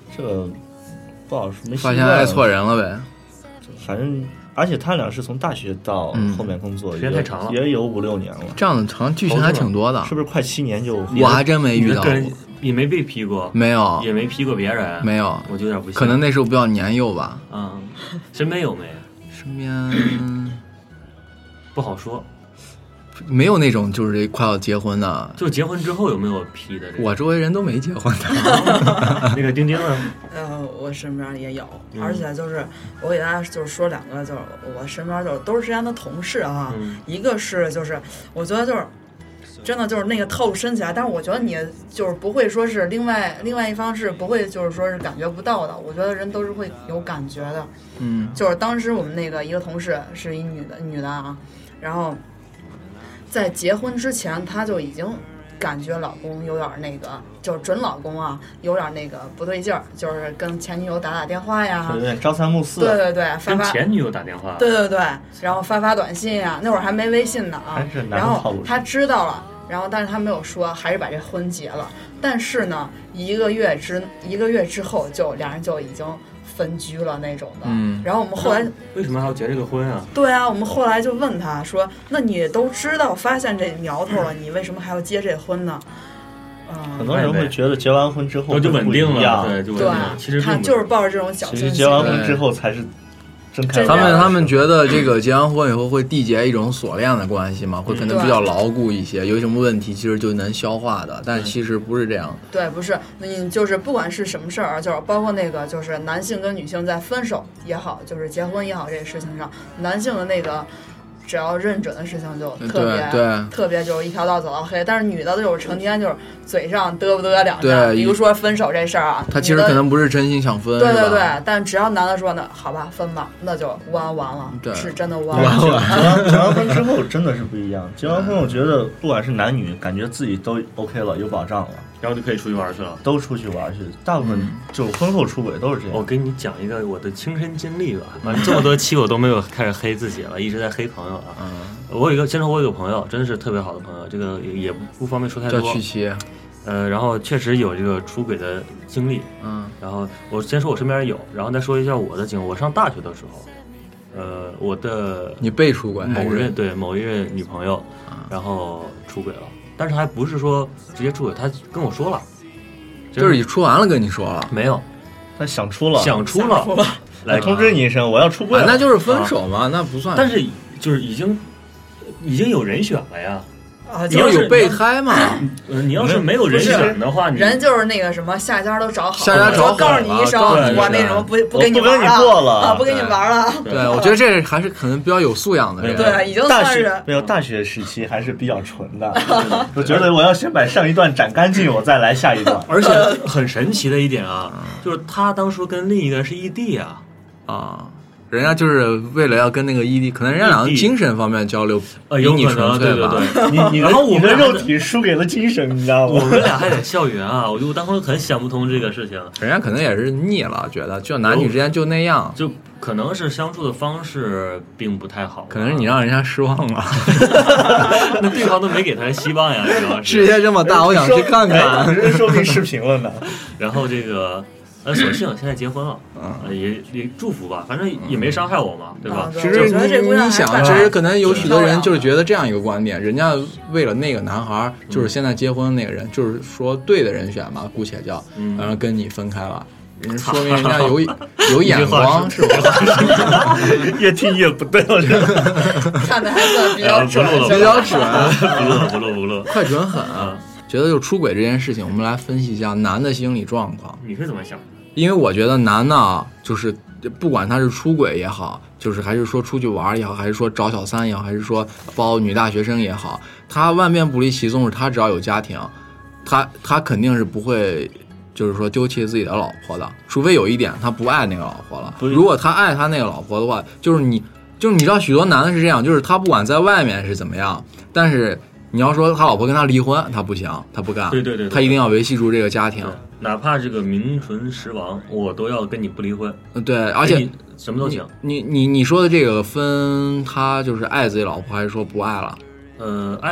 这个不好说，没发现爱错人了呗。 反正，而且他俩是从大学到后面工作， 时间太长了， 也有五六年了。 这样的好像剧情还挺多的， 是不是快七年就？ 我还真没遇到过， 也没被批过， 没有， 也没批过别人， 没有， 我就有点不信。 可能那时候比较年幼吧。 嗯，身边有没？ 身边不好说。 没有那种就是快要结婚的， 就结婚之后有没有批的？ 我周围人都没结婚的。 那个丁丁呢？ 呃，我身边也有，嗯、而且就是我给大家就是说两个，就是我身边就是都是之前的同事哈、嗯，一个是就是我觉得就是真的就是那个套路深起来，但是我觉得你就是不会说是另外另外一方是不会就是说是感觉不到的，我觉得人都是会有感觉的。 嗯， 就是当时我们那个一个同事是一女的女的啊，然后。在结婚之前，她就已经感觉老公有点那个，就是准老公啊，有点那个不对劲儿，就是跟前女友打打电话呀， 有点朝三暮四。 对对对，发发跟前女友打电话。 对对对，然后发发短信呀，那会儿还没微信呢啊。然后他知道了，然后但是他没有说，还是把这婚结了。但是呢，一个月之一个月之后，就两人就已经。分居了那种的， 嗯， 然后我们后来为什么还要结这个婚啊？ 对啊，我们后来就问他说：“那你都知道发现这苗头了，你为什么还要结这婚呢？” 很多人会觉得结完婚之后就稳定了，对，就稳定了。 其实他就是抱着这种侥幸心。 其实结完婚之后才是。 他们他们觉得这个结完婚以后会缔结一种锁链的关系嘛，会可能比较牢固一些，有什么问题其实就能消化的，但其实不是这样。 对，不是，你就是不管是什么事儿，就是包括那个就是男性跟女性在分手也好，就是结婚也好，这个事情上，男性的那个。只要认准的事情就特别对对特别就是一条道走到黑，但是女的就是成天就是嘴上嘚不嘚两下，比如说分手这事儿啊， 她其实可能不是真心想分， 对对对，但只要男的说呢，好吧，分吧，那就完完了， 对， 是真的完完了。结完结完婚之后真的是不一样，结完婚我觉得不管是男女，感觉自己都 OK 了，有保障了。 然后就可以出去玩去了， 都出去玩去。大部分就婚后出轨都是这样。 我给你讲一个我的亲身经历吧，反正这么多期我都没有开始黑自己了，一直在黑朋友啊。嗯，我有一个，先说我有个朋友，真的是特别好的朋友，这个也也不方便说太多。 叫曲奇。 呃，然后确实有这个出轨的经历。嗯，然后我先说我身边有，然后再说一下我的经历。我上大学的时候，呃，我的你被出轨， 某任对某一任女朋友，然后出轨了。但是还不是说直接出轨，他跟我说了， 就是你出完了跟你说了， 没有， 他想出了， 想出了， 来通知你一声，我要出轨、 啊，那就是分手嘛，啊、那不算。 但是就是已经已经有人选了呀。 啊， 就是有备胎嘛。 呃，你要是没有人选的话，你人就是那个什么下家都找好， 下家找好， 告诉你一声，我那什么不不跟你玩了啊，不跟你玩了。 对，我觉得这还是可能比较有素养的人。 对，已经大学没有大学时期还是比较纯的。我觉得我要先把上一段斩干净，我再来下一段。 而且很神奇的一点啊，就是他当初跟另一个人是异地啊啊。人家就是为了要跟那个异地，可能人家两个精神方面交流比你纯粹吧。 对对对， 你你然后我们的肉体输给了精神，你知道吗？ 我们俩还得校园啊，我就当时很想不通这个事情。 人家可能也是腻了，觉得就男女之间就那样， 就可能是相处的方式并不太好， 可能是你让人家失望了。 那对方都没给他希望呀，主要是世界这么大，我想去看看。 人说明视频了呢。 然后这个。呃，所幸现在结婚了，呃、也也祝福吧，反正也没伤害我嘛，对吧？ 其实你你想，其实可能有许多人就是觉得这样一个观点，人家为了那个男孩，就是现在结婚的那个人，就是说对的人选嘛，姑且叫，然后跟你分开了，人说明人家有有眼光，是吧？ 越听越不对了， 看的还算比较准， 比较准， 不录不录不录， 快准狠啊！觉得就出轨这件事情，我们来分析一下男的心理状况。 你是怎么想？ 因为我觉得男的，就是不管他是出轨也好，就是还是说出去玩也好，还是说找小三也好，还是说包女大学生也好，他万变不离其宗，是他只要有家庭，他他肯定是不会就是说丢弃自己的老婆的，除非有一点他不爱那个老婆了。如果他爱他那个老婆的话，就是你就是你知道许多男的是这样，就是他不管在外面是怎么样，但是你要说他老婆跟他离婚，他不行，他不干， 对对 对, 对， 他一定要维系住这个家庭， 哪怕这个名存实亡，我都要跟你不离婚。 对，而且什么都行。 你你你说的这个分，他就是爱自己老婆，还是说不爱了？ 呃，爱嘛，啊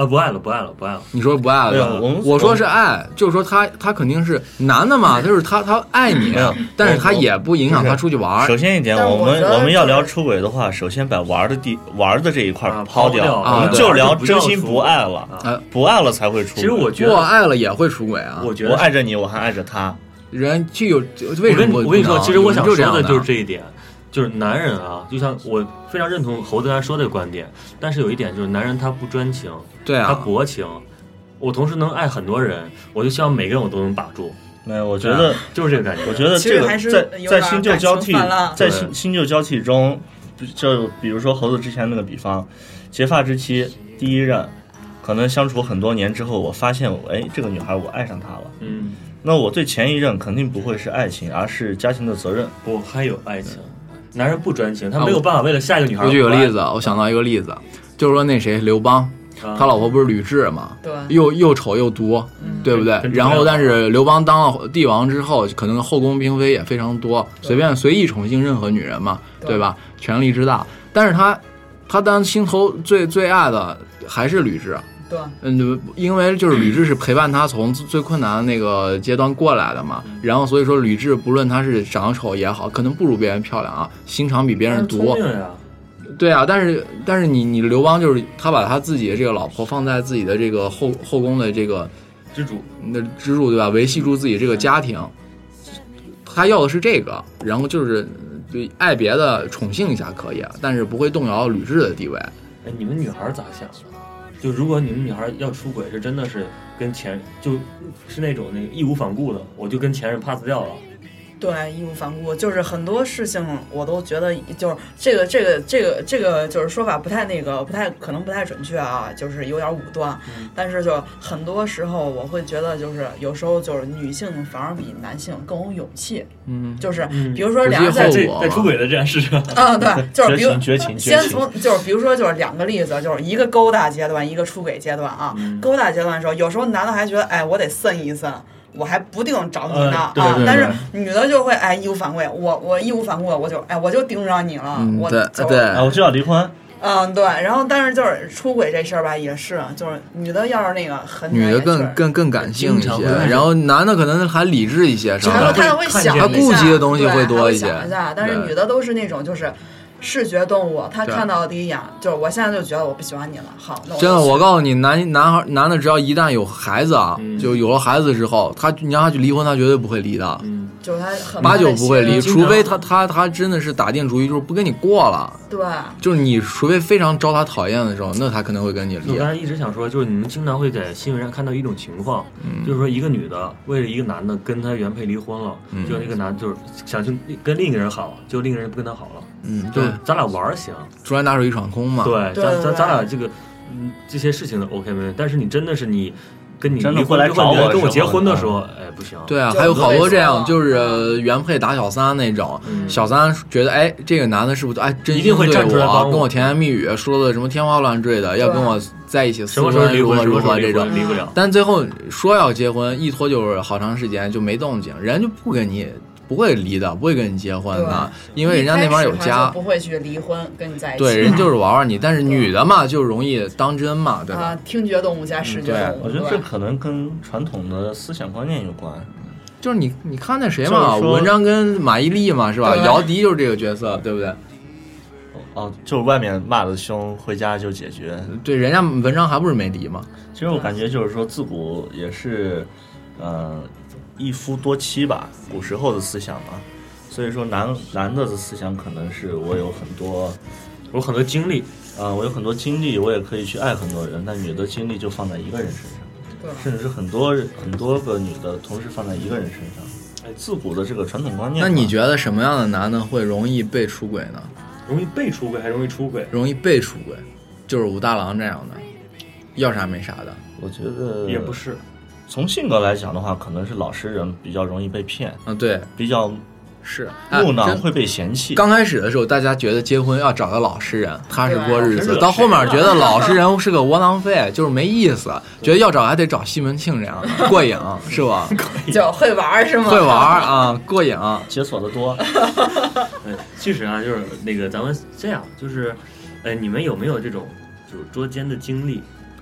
啊，不爱了，不爱了，不爱了。 你说不爱了， 我我说是爱，就是说他他肯定是男的嘛，就是他他爱你，但是他也不影响他出去玩。 首先一点，我们我们要聊出轨的话，首先把玩的地玩的这一块抛掉，我们就聊真心不爱了，不爱了才会出轨。 其实我觉得不爱了也会出轨啊。 我觉得我爱着你，我还爱着他， 人就有为什么？ 我跟你说，其实我想说的就是这一点。就是男人啊，就像我非常认同猴子刚才说的观点，但是有一点就是男人他不专情， 对啊， 他薄情。我同时能爱很多人，我就希望每个人我都能把住。 没有，我觉得、啊、 就是这个感觉。 我觉得这个在在新旧交替，在新新旧交替中，就比如说猴子之前那个比方，结发之妻第一任，可能相处很多年之后，我发现我哎这个女孩我爱上她了， 嗯， 那我对前一任肯定不会是爱情，而是家庭的责任。 不，还有爱情。男人不专情，他没有办法为了下一个女孩。 我举个例子，我想到一个例子，就是说那谁刘邦，啊、他老婆不是吕雉嘛， 对， 又又丑又毒，嗯、对不对？然后，但是刘邦当了帝王之后，可能后宫嫔妃也非常多，随便随意宠幸任何女人嘛， 对, 对吧？权力之大，但是他他当心头最最爱的还是吕雉。 对， 嗯，因为就是吕雉是陪伴他从最困难的那个阶段过来的嘛，然后所以说吕雉不论她是长得丑也好，可能不如别人漂亮啊，心肠比别人毒，对啊，但是但是你你刘邦就是他把他自己的这个老婆放在自己的这个后后宫的这个支柱的支柱对吧，维系住自己这个家庭，他要的是这个，然后就是对爱别的宠幸一下可以，但是不会动摇吕雉的地位。 哎，你们女孩咋想的？就如果你们女孩要出轨，是真的是跟前就是那种那个义无反顾的，我就跟前任 pass 掉了。 对，义无反顾，就是很多事情我都觉得，就是这个这个这个这个就是说法不太那个，不太可能不太准确啊，就是有点武断。嗯、但是就很多时候我会觉得，就是有时候就是女性反而比男性更有勇气。嗯，就是比如说两个在在出轨的这件事上， 啊、嗯，对，就是比如绝情， 先从就是比如说就是两个例子，就是一个勾搭阶段，一个出轨阶段啊。嗯、勾搭阶段的时候，有时候男的还觉得，哎，我得森一森。我还不定找你呢、 呃、对对对啊，但是女的就会哎义无反顾，我我义无反顾，我就哎我就盯着你了， 嗯、 我就对， 啊我就要离婚。 嗯，对，然后但是就是出轨这事儿吧，也是，就是女的要是那个很女的更更更感性一些，然后男的可能还理智一些， 然后他会想一下， 他顾及的东西会多一些， 想一下，但是女的都是那种就是视觉动物，他看到的第一眼就是我现在就觉得我不喜欢你了，好，那我真的，我告诉你，男男孩男的只要一旦有孩子啊，嗯、就有了孩子之后，他你让他去离婚，他绝对不会离的， 嗯，就是他很八九不会离，除非他他他真的是打定主意就是不跟你过了， 对， 就是你除非非常招他讨厌的时候，那他可能会跟你离。 我刚才一直想说，就是你们经常会在新闻上看到一种情况，嗯、就是说一个女的为了一个男的跟他原配离婚了，嗯、就那个男就是想去跟另一个人好，就另一个人不跟他好了。 嗯，对， 咱俩玩行， 竹篮打水一场空嘛。 对，咱咱咱俩这个，嗯，这些事情的 OK 没问题。但是你真的是你跟你真的会来找我，跟我结婚的时候，哎，不行。 对啊，还有好多这样，就是原配打小三那种， 嗯、 小三觉得哎，这个男的是不是哎真一定会站出来帮我， 跟我甜言蜜语，说的什么天花乱坠的，要跟我在一起， 什么时候离婚如何这种， 离不了。 但最后说要结婚，一拖就是好长时间就没动静，人家就不跟你。不会离的，不会跟你结婚的，因为人家那边有家， 不会去离婚跟你在一起。 对，人就是玩玩你，但是女的嘛，就容易当真嘛，对吧？ 啊，听觉动物加视觉动物。 我觉得这可能跟传统的思想观念有关。 就是你，你看那谁嘛，文章跟马伊琍嘛，是吧？姚笛就是这个角色，对不对？ 哦，就是外面骂的凶，回家就解决。 对，人家文章还不是没敌嘛。 其实我感觉就是说，自古也是，呃。一夫多妻吧，古时候的思想嘛，所以说男男的的思想可能是我有很多， 我有很多精力啊、呃，我有很多精力，我也可以去爱很多人，但女的精力就放在一个人身上， 对， 甚至是很多很多个女的同时放在一个人身上。哎，自古的这个传统观念。 那你觉得什么样的男的会容易被出轨呢？ 容易被出轨还容易出轨？ 容易被出轨，就是武大郎这样的，要啥没啥的。 我觉得也不是。 从性格来讲的话，可能是老实人比较容易被骗啊，对， 比较是木讷会被嫌弃。 刚开始的时候，大家觉得结婚要找个老实人，踏实过日子，到后面觉得老实人是个窝囊废，就是没意思，觉得要找还得找西门庆这样的过瘾，是吧？ 就会玩是吗？ 会玩啊，过瘾， 解锁的多。 嗯，其实啊，就是那个咱们这样，就是，呃，你们有没有这种就是捉奸的经历？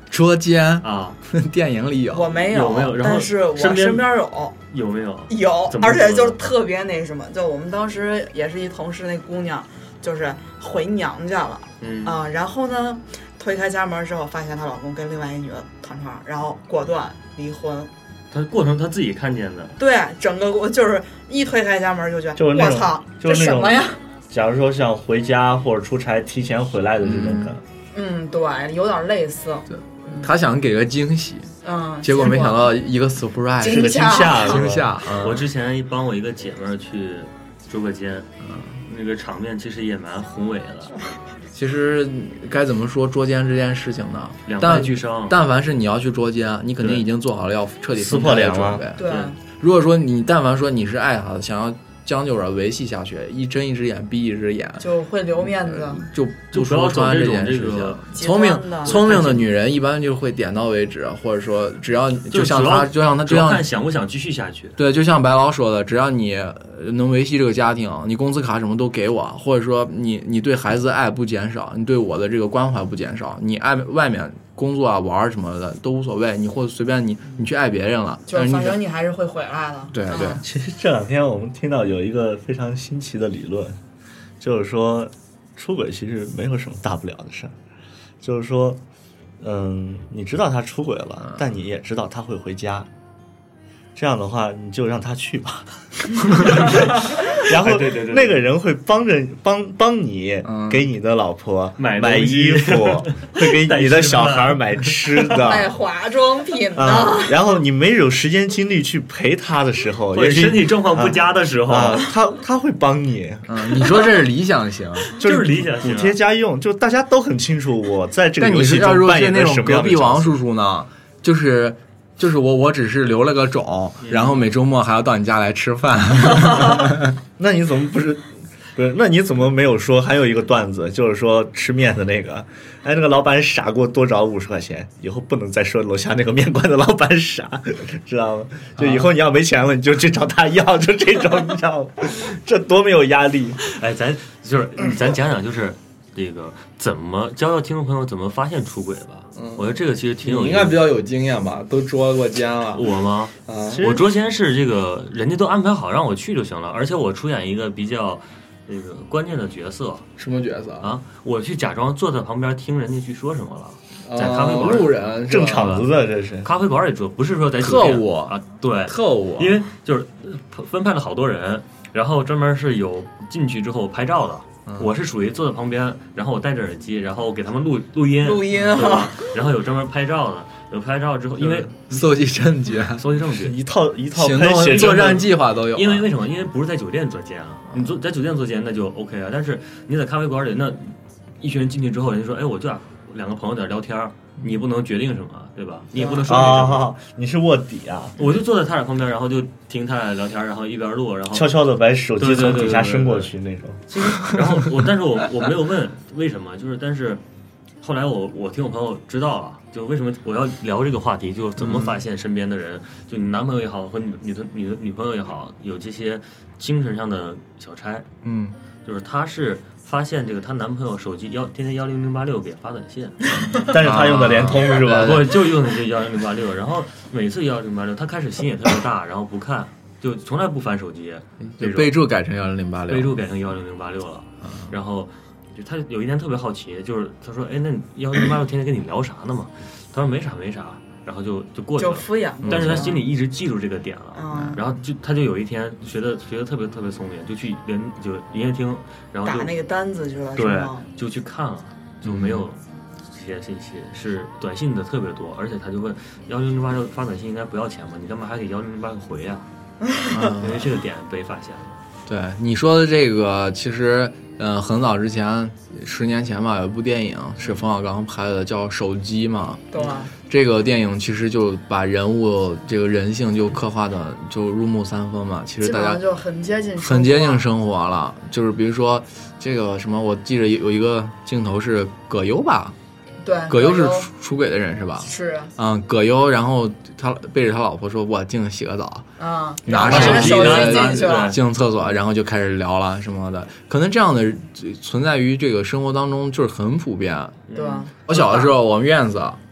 捉奸啊， 电影里有， 我没有， 有没有？然后但是我身边有， 有没有？ 有，而且就是特别那什么，就我们当时也是一同事，那姑娘就是回娘家了， 嗯啊、呃，然后呢，推开家门之后，发现她老公跟另外一女的团团，然后果断离婚。 她过程她自己看见的， 对，整个就是一推开家门就觉得， 就是我操， 这什么呀？ 假如说像回家或者出差提前回来的这种感， 嗯，对，有点类似。 对，他想给个惊喜， 嗯， 结果没想到一个 surprise， 是个惊吓， 惊吓。 嗯、我之前帮我一个姐妹去捉个奸，嗯，那个场面其实也蛮宏伟的。 其实该怎么说捉奸这件事情呢？ 两败俱伤。 但凡是你要去捉奸，你肯定已经做好了要彻底撕破脸了。 对。 如果说你但凡说你是爱他的，想要将就着维系下去，一睁一只眼闭一只眼， 就会留面子， 就就不说穿这件事情。聪明聪明的女人一般就会点到为止，或者说只要就像他，就像他，就像看想不想继续下去。 对，就像白劳说的，只要你能维系这个家庭，你工资卡什么都给我，或者说你你对孩子的爱不减少，你对我的这个关怀不减少，你爱外面工作啊玩什么的都无所谓，你或者随便你你去爱别人了， 就反正你还是会回来的。 对对、 嗯。 其实这两天我们听到有一个非常新奇的理论，就是说出轨其实没有什么大不了的事儿，就是说，嗯，你知道他出轨了，嗯、但你也知道他会回家，这样的话你就让他去吧。然后那个人会帮着帮帮你给你的老婆买买衣服，会给你的小孩买吃的， 买化妆品的、 啊。然后你没有时间精力去陪他的时候， 或者身体状况不佳的时候， 啊啊、他他会帮你。 嗯，你说这是理想型， 就是理想型， 补贴家用，就大家都很清楚我在这个游戏中扮演的什么样的角色。但你是要如果是那种隔壁王叔叔呢，就是。就是我，我只是留了个种，然后每周末还要到你家来吃饭。 那你怎么不是？不是？那你怎么没有说还有一个段子，就是说吃面的那个，哎，那个老板傻，给我多找五十块钱，以后不能再说楼下那个面馆的老板傻，知道吗？就以后你要没钱了，你就去找他要，就这种，你知道吗？这多没有压力！ 哎，咱就是咱讲讲，就是这个怎么教教听众朋友怎么发现出轨吧。嗯、我觉得这个其实挺有意思的， 你应该比较有经验吧，都捉过奸了。 我吗？啊，我捉奸是这个人家都安排好让我去就行了，而且我出演一个比较这个关键的角色。 什么角色啊？我去假装坐在旁边听人家去说什么了，在咖啡馆、 啊、路人正场子的这是咖啡馆里做，不是说在特务啊，对， 特务， 因为就是分派了好多人，然后专门是有进去之后拍照的。我是属于坐在旁边，然后我戴着耳机，然后我给他们录录音， 录音对吧？然后有专门拍照的，有拍照之后，因为搜集证据， 搜集证据， 一套一套行动作战计划都有。 因为为什么？因为不是在酒店做奸啊，你做在酒店做奸那就 OK 啊，但是你在咖啡馆里，那一群人进去之后，人家说，哎，我就两个朋友在聊天，你不能决定什么，对吧？你也不能说啊，好，你是卧底啊！ 我就坐在他俩旁边，然后就听他俩聊天，然后一边录，然后悄悄的把手机从底下伸过去那种。 其实，然后我，但是我我没有问为什么，就是但是后来我我听我朋友知道了，就为什么我要聊这个话题，就怎么发现身边的人，嗯、就你男朋友也好，和你的你的女朋友也好，有这些精神上的小差， 嗯， 就是他是。发现这个她男朋友手机幺天天幺零零八六给发短信， 但是他用的联通是吧？ 我就用的这幺零零八六，然后每次幺零零八六，他开始心也特别大，然后不看，就从来不翻手机， 备注改成幺零零八六， 备注改成幺零零八六了，然后就他有一天特别好奇，就是他说，哎，那幺零零八六天天跟你聊啥呢嘛？他说没啥没啥。然后就就过去了， 就敷衍。 但是他心里一直记住这个点了， 嗯、 然后就他就有一天学的学的特别特别聪明，就去人就营业厅，然后就打那个单子去了， 对，就去看了，就没有这些信息，是短信的特别多，而且他就问幺零零八六发短信应该不要钱吗？你干嘛还给幺零零八六回呀、啊？嗯、因为这个点被发现了。 对你说的这个，其实嗯，很早之前，十年前吧，有一部电影是冯小刚拍的，叫《手机》嘛。 对。 这个电影其实就把人物这个人性就刻画的就入木三分嘛。其实大家就很接近很接近生活了。就是比如说这个什么，我记得有一个镜头是葛优吧。 对， 葛优是出出轨的人是吧？ 是。 嗯，葛优，然后他背着他老婆说：“我进洗个澡。” 嗯， 拿手机进去了， 进厕所，然后就开始聊了什么的。可能这样的存在于这个生活当中，就是很普遍。 对。 我小的时候，我们院子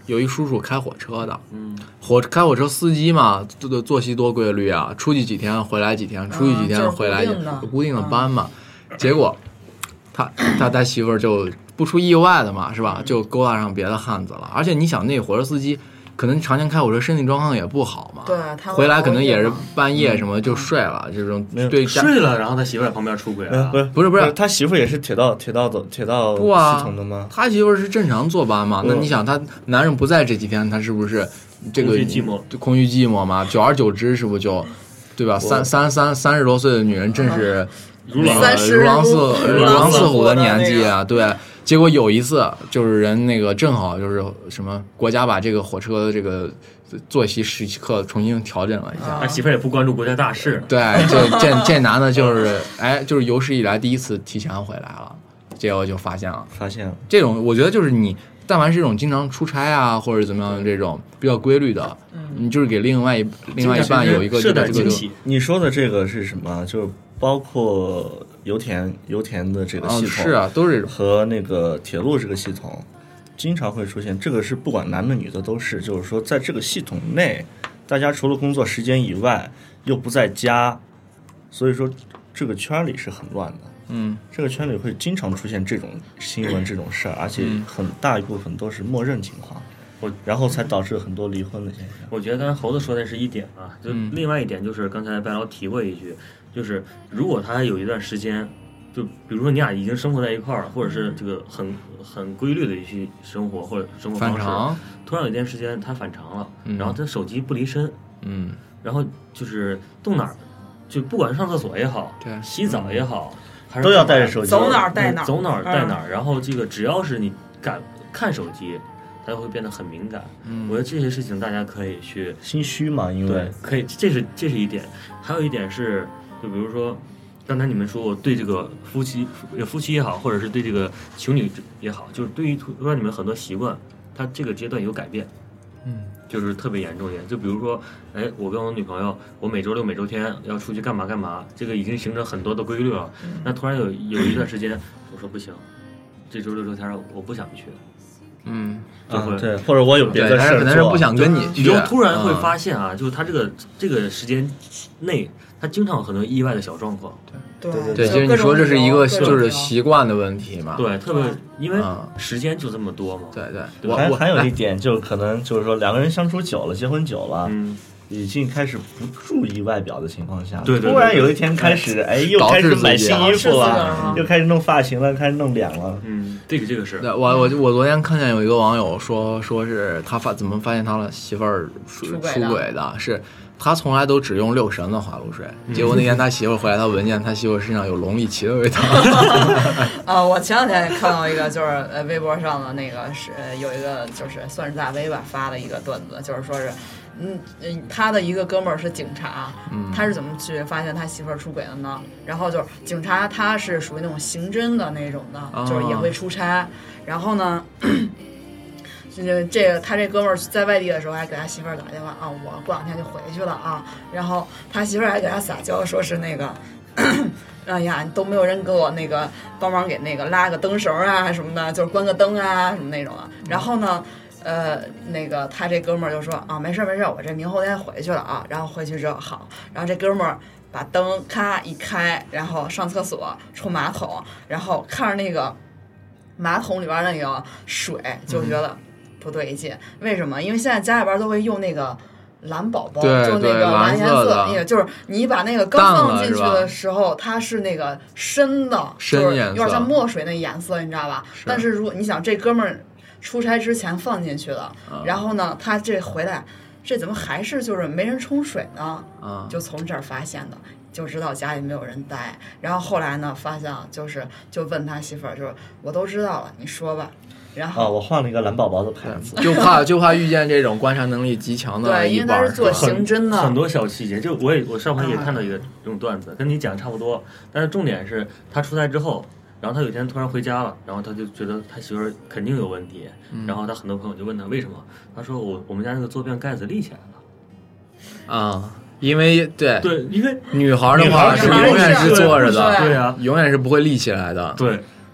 有一叔叔开火车的， 嗯， 火开火车司机嘛，这个作息多规律啊，出去几天回来几天，出去几天回来， 有固定的班嘛。结果他他他媳妇儿就不出意外的嘛，是吧？就勾搭上别的汉子了。而且你想，那火车司机可能常年开火车，身体状况也不好嘛， 对，他回来可能也是半夜什么就睡了，这种对睡了，然后他媳妇在旁边出轨了， 不是不是不是， 他媳妇也是铁道铁道走铁道不啊系统的吗？ 他媳妇是正常坐班嘛？那你想，他男人不在这几天，他是不是这个空虚寂寞？ 空虚寂寞嘛？久而久之，是不是就对吧？三三三三十多岁的女人，正是如狼如狼似如狼似虎的年纪啊！对。结果有一次，就是人那个正好就是什么国家把这个火车的这个作息时刻重新调整了一下， 他媳妇也不关注国家大事。 对，这这这男的就是哎，就是有史以来第一次提前回来了，结果就发现了， 发现了这种，我觉得就是你，但凡是这种经常出差啊，或者怎么样的这种比较规律的，你就是给另外一另外一半有一个是这个惊喜。 你说的这个是什么？就是包括油田油田的这个系统、 哦、是啊，都是和那个铁路这个系统，经常会出现。这个是不管男的女的都是，就是说在这个系统内，大家除了工作时间以外又不在家，所以说这个圈里是很乱的。 嗯， 这个圈里会经常出现这种新闻这种事儿，而且很大一部分都是默认情况。我然后才导致很多离婚的现象。 我觉得刚才猴子说的是一点啊，就另外一点就是刚才白老提过一句，就是如果他有一段时间，就比如说你俩已经生活在一块儿，或者是这个很很规律的一些生活或者生活方式， 反常突然有一段时间他反常了， 嗯、 然后他手机不离身， 嗯， 然后就是动哪儿，就不管上厕所也好， 对， 洗澡也好，还是都要带着手机， 走哪儿带哪儿， 走哪儿带哪儿，然后这个只要是你敢看手机。它会变得很敏感，嗯，我觉得这些事情大家可以去心虚嘛，因为对，可以，这是这是一点，还有一点是，就比如说，刚才你们说我对这个夫妻夫妻也好，或者是对这个情侣也好，就是对于让你们很多习惯，它这个阶段有改变， 嗯， 就是特别严重一点，就比如说，哎，我跟我女朋友，我每周六每周天要出去干嘛干嘛，这个已经形成很多的规律了，嗯、那突然有有一段时间，我说不行，这周六周天我不想去。 嗯， 就会、 啊、对，或者我有别的事儿做，可能是不想跟你去， 你就突然会发现啊，嗯、就是他这个这个时间内，他经常有很多意外的小状况。 对对对，其实你说这是一个就是习惯的问题嘛。 对，特别因为时间就这么多嘛。 对对， 对还还有一点，就可能就是说两个人相处久了，结婚久了。 嗯。 已经开始不注意外表的情况下， 对对对对突然有一天开始，哎，又开始买新衣服了，又开始弄发型了，开始弄脸了。 嗯，这个这个是。 对，我我我昨天看见有一个网友说，说是他发怎么发现他的媳妇儿出出轨的，是他从来都只用六神的花露水， 嗯、 结果那天他媳妇儿回来，他闻见他媳妇儿身上有龙力奇的味道。 啊，我前两天看到一个，就是呃微博上的那个是有一个就是算是大 V 吧发的一个段子，就是说是。嗯，他的一个哥们儿是警察， 嗯， 他是怎么去发现他媳妇儿出轨的呢？然后就是警察，他是属于那种刑侦的那种的， 哦、 就是也会出差。然后呢，这这个他这哥们儿在外地的时候还给他媳妇儿打电话啊，我过两天就回去了啊。然后他媳妇儿还给他撒娇，说是那个。哎呀，都没有人给我那个帮忙给那个拉个灯绳啊什么的，就是关个灯啊什么那种的。然后呢？呃，那个他这哥们儿就说啊，没事没事，我这明后天回去了啊。然后回去之后好，然后这哥们儿把灯咔一开，然后上厕所冲马桶，然后看着那个马桶里边那个水，就觉得不对劲。嗯、为什么？因为现在家里边都会用那个蓝宝宝，就那个蓝颜色，那个就是你把那个刚放进去的时候，它是那个深的， 深就是有点像墨水那颜色，你知道吧？但是如果你想这哥们儿。出差之前放进去了， 嗯、 然后呢，他这回来，这怎么还是就是没人冲水呢？ 嗯、 就从这儿发现的，就知道家里没有人待。然后后来呢，发现就是就问他媳妇儿，就是我都知道了，你说吧。然后啊，我换了一个蓝宝宝的牌子， 就怕就怕遇见这种观察能力极强的对，因为他是做刑侦的， 很多小细节。就我也我上回也看到一个这种段子，跟你讲差不多，但是重点是他出差之后。然后他有一天突然回家了，然后他就觉得他媳妇儿肯定有问题， 嗯、 然后他很多朋友就问他为什么，他说我我们家那个坐便盖子立起来了，啊、嗯，因为对对，因为女孩的话是永远是坐着的， 对啊， 永远是不会立起来的， 对，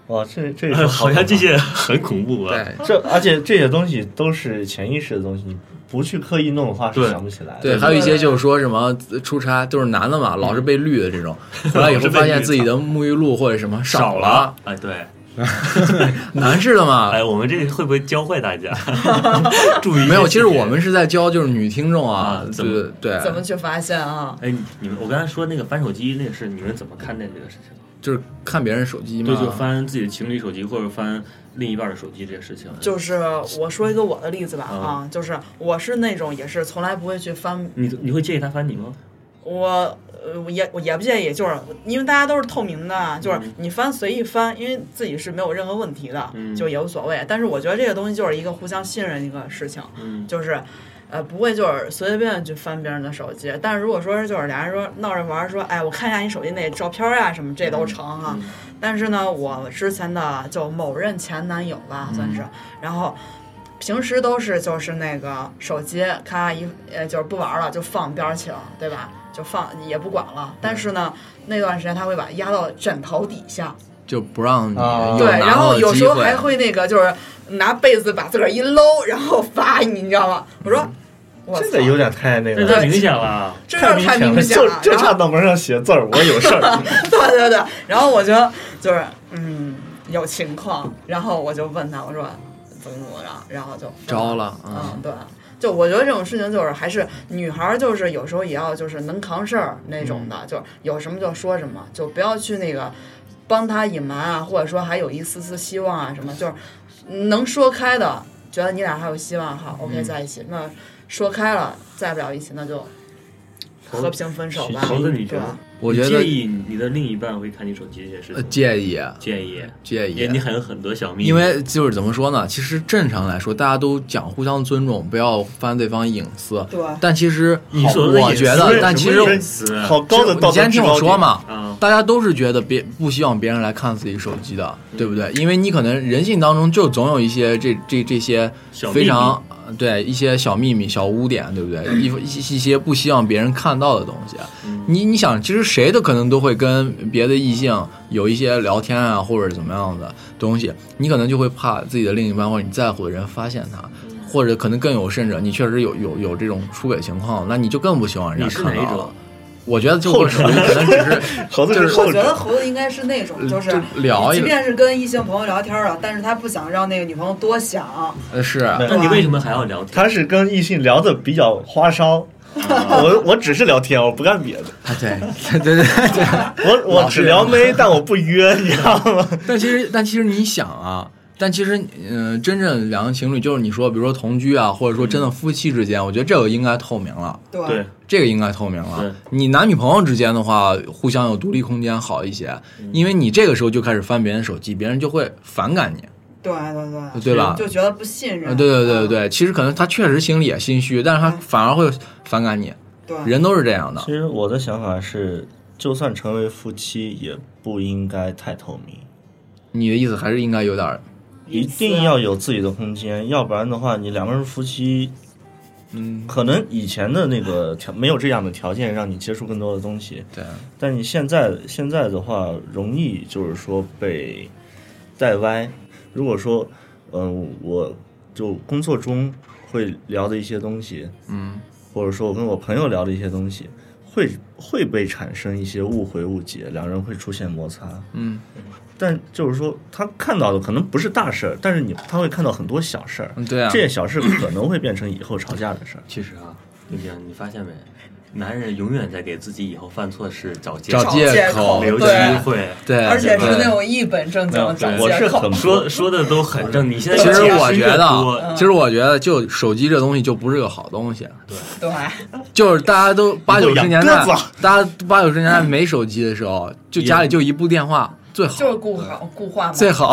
哇，这这个好像这些很恐怖啊！ 对， 这而且这些东西都是潜意识的东西，你不去刻意弄的话是想不起来的。 对，还有一些就是说什么出差都是男的嘛，老是被绿的这种，回来以后发现自己的沐浴露或者什么少了， 哎，对。 男士的嘛， 哎，我们这个会不会教坏大家？注意， 没有，其实我们是在教就是女听众啊， 怎么对怎么去发现啊？ 哎，你们，我刚才说那个翻手机那个事，你们怎么看待这个事情？ 就是看别人手机嘛， 对，就翻自己的情侣手机或者翻另一半的手机这件事情。 就是我说一个我的例子吧，啊，啊就是我是那种也是从来不会去翻。 你你会介意他翻你吗？ 我呃也我也不介意，就是因为大家都是透明的，就是你翻随意翻，因为自己是没有任何问题的， 嗯、 就也无所谓。但是我觉得这个东西就是一个互相信任一个事情， 嗯、 就是呃不会就是随随便便去翻别人的手机。但是如果说是就是俩人说闹着玩说，哎，我看一下你手机那照片呀、啊、什么，这都成哈、 嗯。 但是呢，我之前的就某任前男友吧，算是， 嗯、 然后。平时都是就是那个手机咔一呃就是不玩了就放边去了，对吧？就放也不管了。但是呢，那段时间他会把压到枕头底下， 就不让你有对，然后有时候还会那个就是拿被子把自个儿一搂，然后发你，你知道吗？我说，我这个有点太那个， 太明显了， 这有点太明显了， 就就差脑门上写字儿，我有事儿。 对对对，然后我就就是嗯有情况，然后我就问他，我说。怎么怎么着，然后就招了， 嗯，嗯对，就我觉得这种事情就是还是女孩，就是有时候也要就是能扛事儿那种的，嗯、就有什么就说什么，就不要去那个帮他隐瞒啊，或者说还有一丝丝希望啊什么，就是能说开的，觉得你俩还有希望哈 ，OK 在一起，嗯、那说开了在不了一起，那就和平分手吧。 猴子，你觉得？ 我觉得介意你的另一半会看你手机这件事情？ 呃，介意， 介意， 介意。 你还有很多小秘密。 因为就是怎么说呢？其实正常来说，大家都讲互相尊重，不要翻对方隐私。 对。 但其实你说的我觉得，但其实好高的道德制高点。 你先听我说嘛， 嗯、 大家都是觉得别不希望别人来看自己手机的，对不对？因为你可能人性当中就总有一些这这这些非常。对一些小秘密、小污点，对不对？一一些不希望别人看到的东西，你你想，其实谁的可能都会跟别的异性有一些聊天啊，或者怎么样的东西，你可能就会怕自己的另一半或者你在乎的人发现他，或者可能更有甚者，你确实有有有这种出轨情况，那你就更不希望人家看到了。我觉得就会属于可能只是， 就是我觉得猴子应该是那种，就是聊， 即便是跟异性朋友聊天了，但是他不想让那个女朋友多想。 呃，是。 那你为什么还要聊天？ 他是跟异性聊的比较花哨。我我只是聊天，我不干别的。 啊，对对对对， 我我只聊妹，但我不约，你知道吗？ 但其实但其实你想啊。但其实，嗯、呃，真正两个情侣，就是你说，比如说同居啊，或者说真的夫妻之间，我觉得这个应该透明了。 对， 这个应该透明了。你男女朋友之间的话，互相有独立空间好一些，因为你这个时候就开始翻别人手机，别人就会反感你。 对对对， 对吧？ 就觉得不信任。 对对对对对，其实可能他确实心里也心虚，但是他反而会反感你。 对， 人都是这样的。 其实我的想法是，就算成为夫妻，也不应该太透明。 你的意思还是应该有点。 一定要有自己的空间，要不然的话，你两个人夫妻，嗯，可能以前的那个条没有这样的条件让你接触更多的东西， 对。 但你现在现在的话，容易就是说被带歪。如果说，嗯、呃，我就工作中会聊的一些东西， 嗯， 或者说我跟我朋友聊的一些东西，会会被产生一些误会误解，两人会出现摩擦， 嗯。 但就是说，他看到的可能不是大事儿，但是你他会看到很多小事儿。 嗯，对啊， 这些小事可能会变成以后吵架的事儿。 其实啊，冰冰，你发现没？男人永远在给自己以后犯错事找借找借口， 留机会。 对， 而且是那种一本正经的找借口。 我是很说说的都很正。你现在其实我觉得， 嗯、 其实我觉得，就手机这东西就不是个好东西。 对对， 就是大家都八九十年代，大家八九十年代没手机的时候，就家里就一部电话。最好就是固好固话嘛， 最好。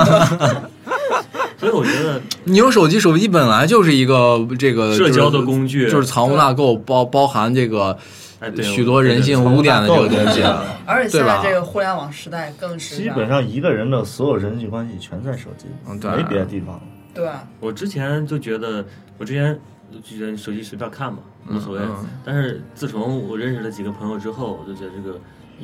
所以我觉得你有手机，手机本来就是一个这个社交的工具， 就是藏污纳垢，包包含这个哎许多人性污点的这个东西。 而且现在这个互联网时代更是基本上一个人的所有人际关系全在手机， 嗯，对， 没别的地方。 对， 我之前就觉得，我之前就觉得手机随便看嘛，无所谓。 嗯嗯、 但是自从我认识了几个朋友之后，我就觉得这个也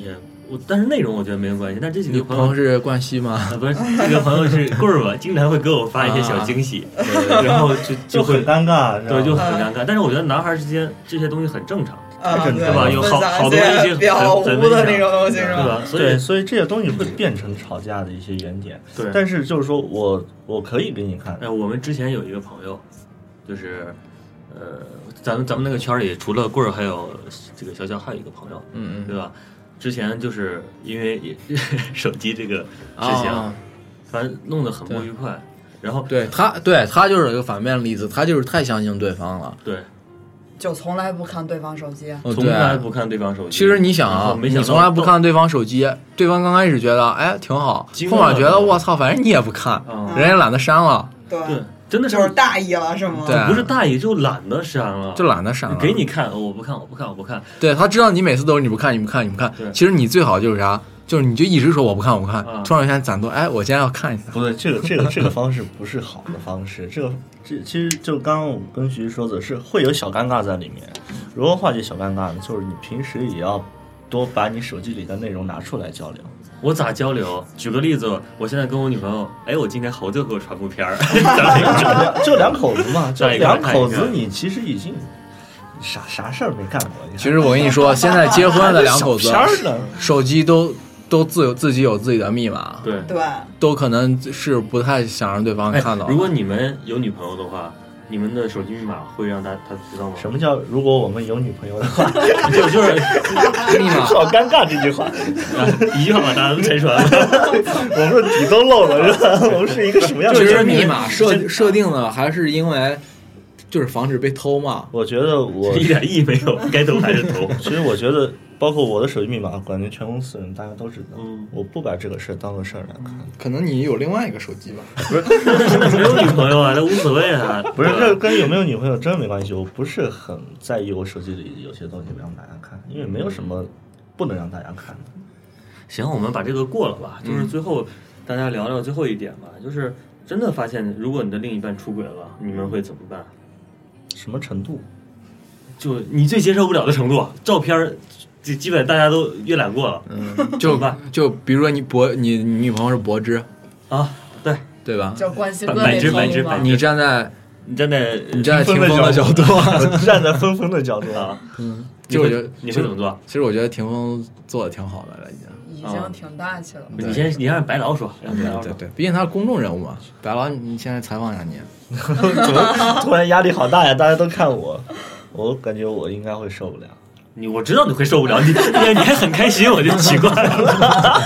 我但是内容我觉得没有关系，但这几个朋友是冠希吗？ 啊，不是，这个朋友是棍儿吧，经常会给我发一些小惊喜，啊、然后就就很尴尬， 对，就很尴尬。但是我觉得男孩之间这些东西很正常， 太正常对吧？有好好多一些表无的那种东西， 对吧？所以对，所以这些东西会变成吵架的一些原点。 对， 但是就是说我我可以给你看。 哎，我们之前有一个朋友，就是呃，咱们咱们那个圈里除了棍儿，还有这个潇潇，还有一个朋友， 嗯嗯， 对吧？之前就是因为手机这个事情， 哦、 反正弄得很不愉快。然后对他，对他就是一个反面的例子，他就是太相信对方了。 对， 就从来不看对方手机， 哦、 从来不看对方手机。 其实你想啊， 没想你从来不看对方手机，对方刚开始觉得哎挺好，后面觉得我操，反正你也不看， 嗯、 人家懒得删了。 对。 对真的是就是大意了，是吗？ 对， 不是大意，就懒得删了， 就懒得删了。 给你看，我不看，我不看，我不看。 对他知道你每次都是你不看，你不看，你不看。其实你最好就是啥，就是你就一直说我不看，我不看。 啊、 突然间攒多，哎，我今天要看一下。 不对，这个这个这个方式不是好的方式。这个这其实就刚刚我跟徐说的是会有小尴尬在里面。如何化解小尴尬呢？就是你平时也要多把你手机里的内容拿出来交流。 我咋交流？举个例子，我现在跟我女朋友，哎，我今天猴子给我传部片儿， 就两口子嘛，就两口子，你其实已经啥啥事儿没干过。 其实我跟你说，现在结婚的两口子，手机都都自有自己有自己的密码， 对对， 都可能是不太想让对方看到。 如果你们有女朋友的话。你们的手机密码会让他他知道吗？ 什么叫如果我们有女朋友的话？ 就就是密码， 好尴尬这句话， 一句话把大家都拆穿了。 我们的底都漏了，是吧？我们是一个什么样的？ 就是密码设设定的，还是因为就是防止被偷嘛？ 我觉得我一点意义没有，该偷还是偷。 其实我觉得。包括我的手机密码，感觉全公司人大家都知道。 嗯， 我不把这个事儿当个事儿来看。 可能你有另外一个手机吧？ 不是，那没有女朋友啊，那无所谓啊。 不是，这跟有没有女朋友真没关系。我不是很在意我手机里有些东西不让大家看，因为没有什么不能让大家看的。 行，我们把这个过了吧。就是最后大家聊聊最后一点吧，就是真的发现，如果你的另一半出轨了，你们会怎么办？ 什么程度？ 就你最接受不了的程度，照片。就基本大家都阅览过了， 嗯，就就比如说你博你你女朋友是柏芝啊，对对吧？ 就关系哥那种嘛。 你站在你站在你站在霆锋的角度， 站在峰峰的角度啊， 嗯，就我觉得你会怎么做？ 其实我觉得霆锋做的挺好的了，已经已经挺大气了。 你先你让白劳说，让白劳对对，毕竟他是公众人物嘛。白劳，你现在采访一下你， 怎么突然压力好大呀？大家都看我，我感觉我应该会受不了。 你我知道你会受不了，你你你还很开心，我就奇怪了。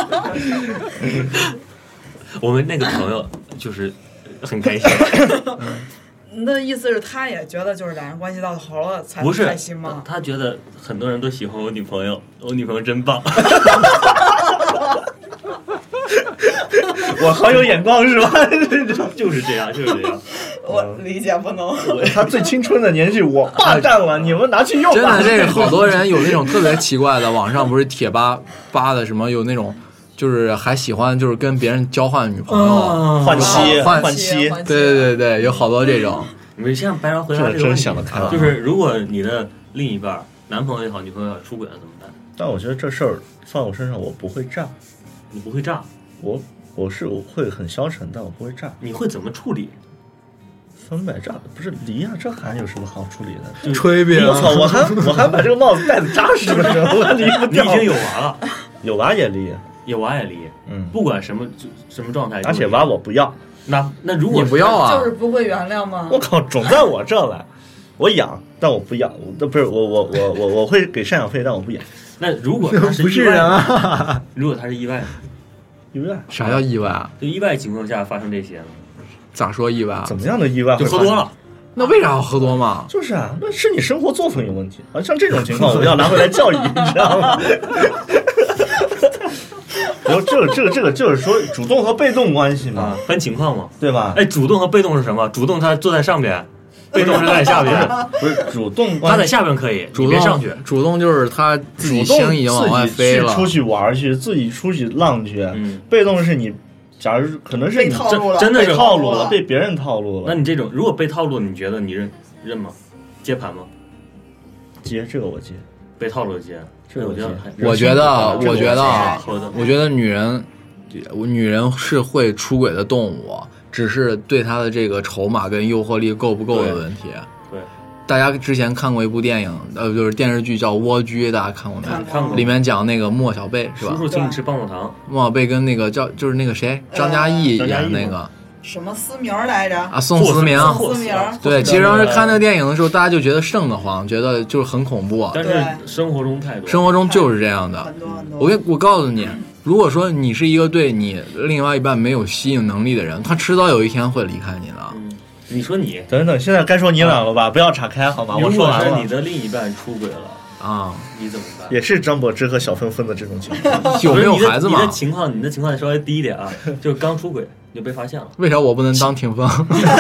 我们那个朋友就是很开心。 那意思是他也觉得就是两人关系到头了才开心吗？ 他觉得很多人都喜欢我女朋友，我女朋友真棒。 我好有眼光是吧？ 就是这样，就是这样。 我理解不能。 他最青春的年纪我霸占了，你们拿去用吧。 真的，这个好多人有那种特别奇怪的，网上不是贴吧吧的什么有那种，就是还喜欢就是跟别人交换女朋友、 哦、 换妻、 换换妻。 对对对对，有好多这种。 你们像白劳回答这个问题，就是如果你的另一半，男朋友也好，女朋友也好，出轨了怎么办？ 但我觉得这事儿放我身上，我不会炸。 你不会炸？ 我我是我会很消沉，但我不会炸。 你会怎么处理？ 分百炸不是离啊，这还有什么好处理的？ 吹呗！ 我操，我还我还把这个帽子戴的扎实了，我还离不掉。 你已经有娃了， 有娃也离， 有娃也离。 嗯， 不管什么什么状态， 而且娃我不要。 那那如果你不要啊， 就是不会原谅吗？ 我靠，种在我这来，我养，但我不养。我不是我我我我我会给赡养费，但我不养。 那如果他是不是人啊？ 如果他是意外， 意外？ 啥叫意外啊？ 就意外情况下发生这些， 咋说意外？ 怎么样的意外？ 就喝多了。 那为啥要喝多嘛？ 就是啊，那是你生活作风有问题啊。像这种情况，我要拿回来教育，你知道吗？然后这个这个这个就是说主动和被动关系嘛， 啊、分情况嘛， 对吧？ 哎，主动和被动是什么？主动他坐在上边，被动是在下边。 不是主动关系， 他在下边可以， 主动上去。 主动就是他自己心已经往外飞了， 自己出去玩去，自己出去浪去。 嗯， 被动是你，假如可能是你真真的是套路了，被别人套路了。 那你这种如果被套路，你觉得你认认吗？接盘吗？ 接这个我接。 被套路接。这我觉得， 我觉得，我觉得啊，我觉得女人，女人是会出轨的动物，只是对她的这个筹码跟诱惑力够不够的问题。 对。对大家之前看过一部电影，呃，就是电视剧叫《蜗居》，大家看过没？ 看过。 里面讲那个莫小贝是吧？ 叔叔请你吃棒棒糖。 莫小贝跟那个叫就是那个谁，张嘉译演那个。 什么思明来着？ 啊，宋思明。 宋思明。 对，其实当时看那个电影的时候，大家就觉得瘆得慌，觉得就是很恐怖。 但是生活中太多。 生活中就是这样的。 很多很多。 我我告诉你，如果说你是一个对你另外一半没有吸引能力的人，他迟早有一天会离开你的。 嗯，你说你等等，现在该说你俩了吧？不要岔开好吗？我说完了。 你的另一半出轨了啊， 你怎么办？ 也是张柏芝和小芬芬的这种情况。 有没有孩子嘛？ 你的情况，你的情况稍微低一点啊，就是刚出轨。就被发现了， 为啥我不能当霆锋？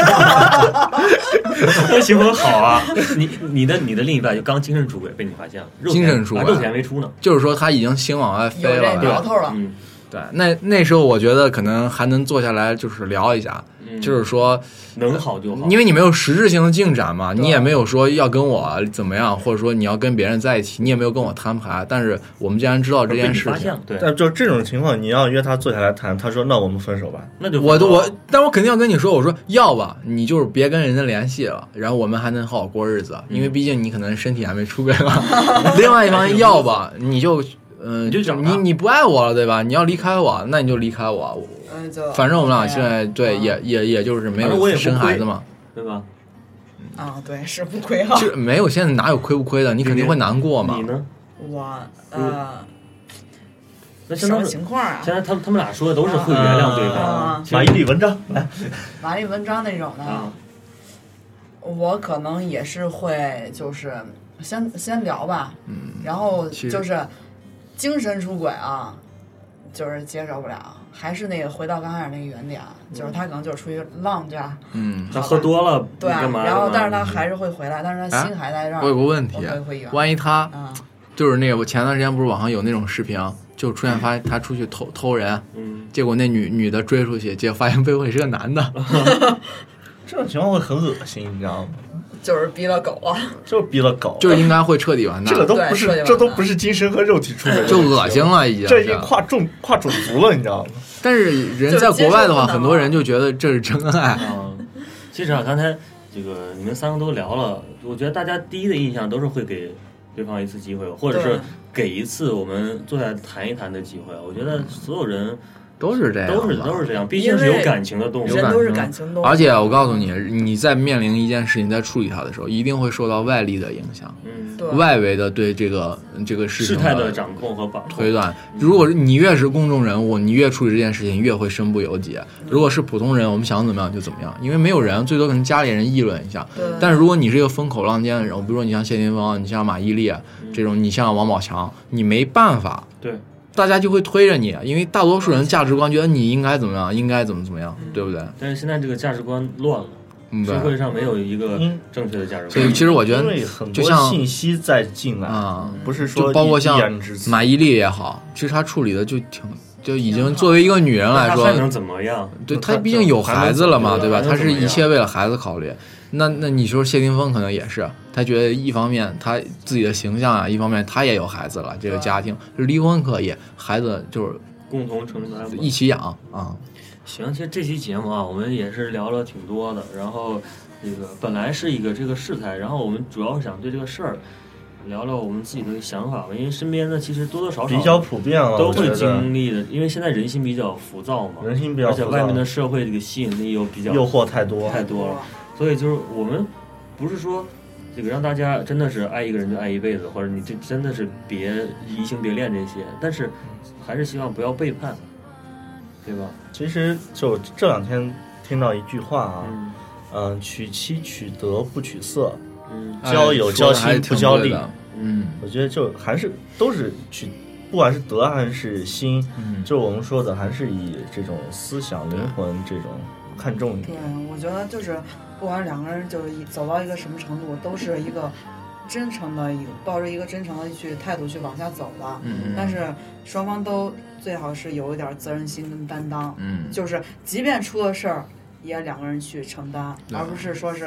那霆锋好啊！你你的你的另一半就刚精神出轨被你发现了， 精神出轨， 肉体还没出呢， 就是说他已经心往外飞了， 有这苗头了。 嗯， 对，那那时候我觉得可能还能坐下来就是聊一下， 嗯、 就是说能好就好， 因为你没有实质性的进展嘛，你也没有说要跟我怎么样，或者说你要跟别人在一起，你也没有跟我摊牌。但是我们既然知道这件事情， 对， 但就这种情况，你要约他坐下来谈，他说那我们分手吧， 那就我我，但我肯定要跟你说，我说要吧，你就是别跟人家联系了，然后我们还能好好过日子，因为毕竟你可能身体还没出轨嘛。另外一方面要吧，你就。嗯， 你就你你不爱我了，对吧？你要离开我，那你就离开我。 嗯，就反正我们俩现在对也也也就是没有生孩子嘛， 对吧？ 啊，对，是不亏哈。 就没有，现在哪有亏不亏的？你肯定会难过嘛。 你呢？ 我呃， 那什么情况啊？ 现在他们他们俩说的都是会原谅对方。 马伊琍文章来， 马伊琍文章那种的，我可能也是会就是先先聊吧，嗯，然后就是。精神出轨啊，就是接受不了，还是那个回到刚开始那个原点，嗯、就是他可能就是出去浪去， 嗯，他喝多了， 对，然后但是他还是会回来，但是他心还在这儿。 我有个问题，万一他、 嗯、 就是那个，我前段时间不是网上有那种视频，就出现发现他出去偷偷人，嗯，结果那女女的追出去，结果发现背后也是个男的， 这种情况会很恶心，你知道吗？ 就是逼了狗啊， 就是逼了狗， 就应该会彻底完蛋。 这个都不是，这都不是精神和肉体出轨， 就恶心了，已经。 这已经跨种跨种族了，你知道吗？ 但是人在国外的话，很多人就觉得这是真爱。 嗯，其实啊，刚才这个你们三个都聊了，我觉得大家第一的印象都是会给对方一次机会，或者是给一次我们坐下来谈一谈的机会。我觉得所有人。 都是这样， 都是都是这样，毕竟是有感情的动物， 人都是感情动物。 而且我告诉你，你在面临一件事情，在处理它的时候，一定会受到外力的影响， 嗯， 对， 外围的对这个这个事情事态的掌控和把控推断。如果你越是公众人物，你越处理这件事情越会身不由己。如果是普通人，我们想怎么样就怎么样，因为没有人，最多可能家里人议论一下。但是如果你是一个风口浪尖的人，比如说你像谢霆锋，你像马伊琍这种，你像王宝强，你没办法。 对。 大家就会推着你，因为大多数人价值观觉得你应该怎么样，应该怎么怎么样，对不对？ 但是现在这个价值观乱了， 嗯、 社会上没有一个正确的价值观。 所以其实我觉得，就像信息在进来啊、 嗯，不是说就包括像马伊琍也好，其实她处理的就挺，就已经作为一个女人来说， 她能怎么样？ 对，她毕竟有孩子了嘛，对吧？她是一切为了孩子考虑。那那你说谢霆锋可能也是，他觉得一方面他自己的形象啊，一方面他也有孩子了，这个家庭离婚可以，孩子就是共同承担， 一起养啊。 行，其实这期节目啊，我们也是聊了挺多的。然后这个本来是一个这个事态，然后我们主要是想对这个事儿聊聊我们自己的想法吧，因为身边的其实多多少少比较普遍了， 都会经历的，因为现在人心比较浮躁嘛， 人心比较浮躁， 而且外面的社会这个吸引力又比较诱惑太多太多了，所以就是我们不是说这个让大家真的是爱一个人就爱一辈子，或者你这真的是别移情别恋这些，但是还是希望不要背叛，对吧？ 其实就这两天听到一句话啊，嗯，呃、娶妻娶德不娶色，嗯，交友交心不交利， 嗯， 我觉得就还是都是娶，不管是德还是心，嗯，就我们说的还是以这种思想灵魂这种看重一点。 对，我觉得就是不管两个人就是走到一个什么程度，都是一个真诚的，抱着一个真诚的去态度去往下走的。嗯，但是双方都最好是有一点责任心跟担当。嗯，就是即便出了事儿，也两个人去承担，而不是说是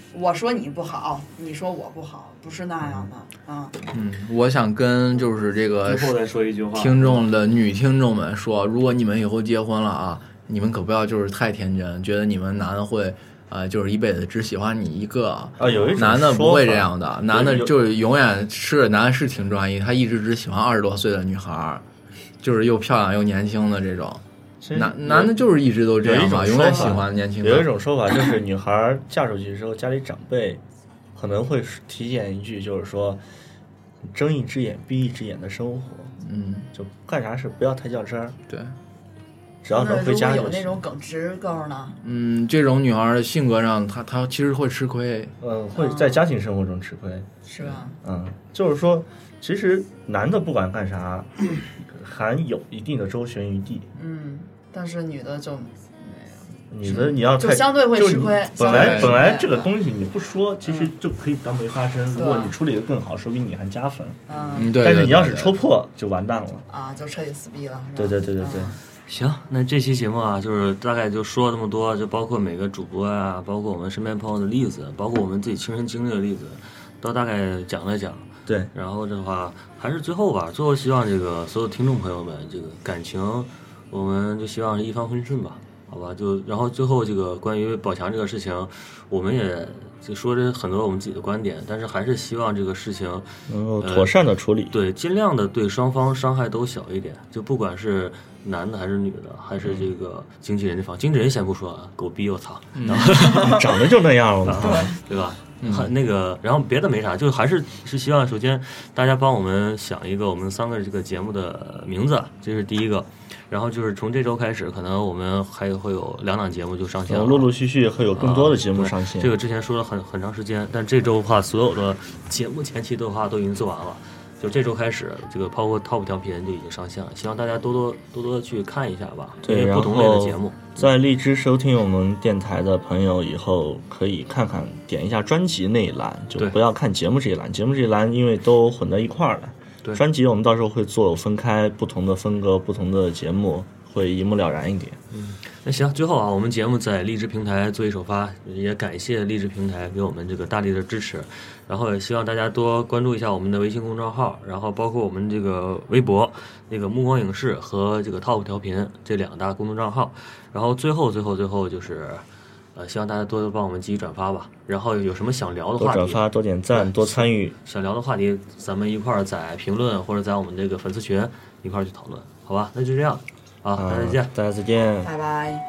我说你不好，你说我不好，不是那样的啊。 嗯，我想跟就是这个最后再说一句话， 听众的女听众们说，如果你们以后结婚了啊，你们可不要就是太天真，觉得你们男的会。呃，就是一辈子只喜欢你一个啊， 有一种男的不会这样的，男的就是永远是男的是挺专一，他一直只喜欢二十多岁的女孩，就是又漂亮又年轻的这种。男男的就是一直都这样吧，永远喜欢年轻的。 有一种说法就是，女孩嫁出去之后，家里长辈可能会提点一句，就是说，睁一只眼闭一只眼的生活， 嗯， 就干啥事不要太较真儿， 对。 只要能回家有那种耿直够呢？ 嗯，这种女孩的性格上，她她其实会吃亏， 嗯，会在家庭生活中吃亏， 是吧？ 嗯，就是说，其实男的不管干啥，还有一定的周旋余地， 嗯，但是女的就没有，女的你要就相对会吃亏。 本来本来这个东西你不说，其实就可以当没发生。如果你处理的更好，说不定你还加分。 嗯， 对。但是你要是戳破，就完蛋了啊，就彻底死逼了。 对对对对对。 行，那这期节目啊，就是大概就说这么多，就包括每个主播啊，包括我们身边朋友的例子，包括我们自己亲身经历的例子，都大概讲了讲。 对， 然后的话，还是最后吧，最后希望这个所有听众朋友们，这个感情，我们就希望是一帆风顺吧，好吧？就然后最后这个关于宝强这个事情，我们也就说着很多我们自己的观点，但是还是希望这个事情能够妥善的处理， 呃、对，尽量的对双方伤害都小一点，就不管是男的还是女的，还是这个经纪人这方，经纪人先不说啊，狗逼我操， 嗯、长得就那样了， 对吧？嗯、那个，然后别的没啥，就还是是希望，首先大家帮我们想一个我们三个这个节目的名字，这是第一个。然后就是从这周开始，可能我们还会有两档节目就上线了， 陆陆续续会有更多的节目上线。 啊、这个之前说了很很长时间，但这周的话，所有的节目前期的话都已经做完了。就这周开始，这个包括 Top 调频就已经上线了，希望大家多多多多去看一下吧。 对， 不同类的节目， 在荔枝收听我们电台的朋友以后可以看看，点一下专辑那一栏，就不要看节目这一栏。节目这一栏因为都混在一块儿了。 对， 专辑我们到时候会做分开，不同的风格、不同的节目，会一目了然一点。 嗯，那行，最后啊，我们节目在荔枝平台做一首发，也感谢荔枝平台给我们这个大力的支持，然后也希望大家多关注一下我们的微信公众号，然后包括我们这个微博那个目光影视和这个 Top 调频这两大公众账号，然后最后最后最后就是呃，希望大家多多帮我们积极转发吧，然后有什么想聊的话题， 多转发多点赞多参与， 想聊的话题咱们一块儿在评论或者在我们这个粉丝群一块儿去讨论，好吧？那就这样。好，大家再见， 大家再见， 拜拜。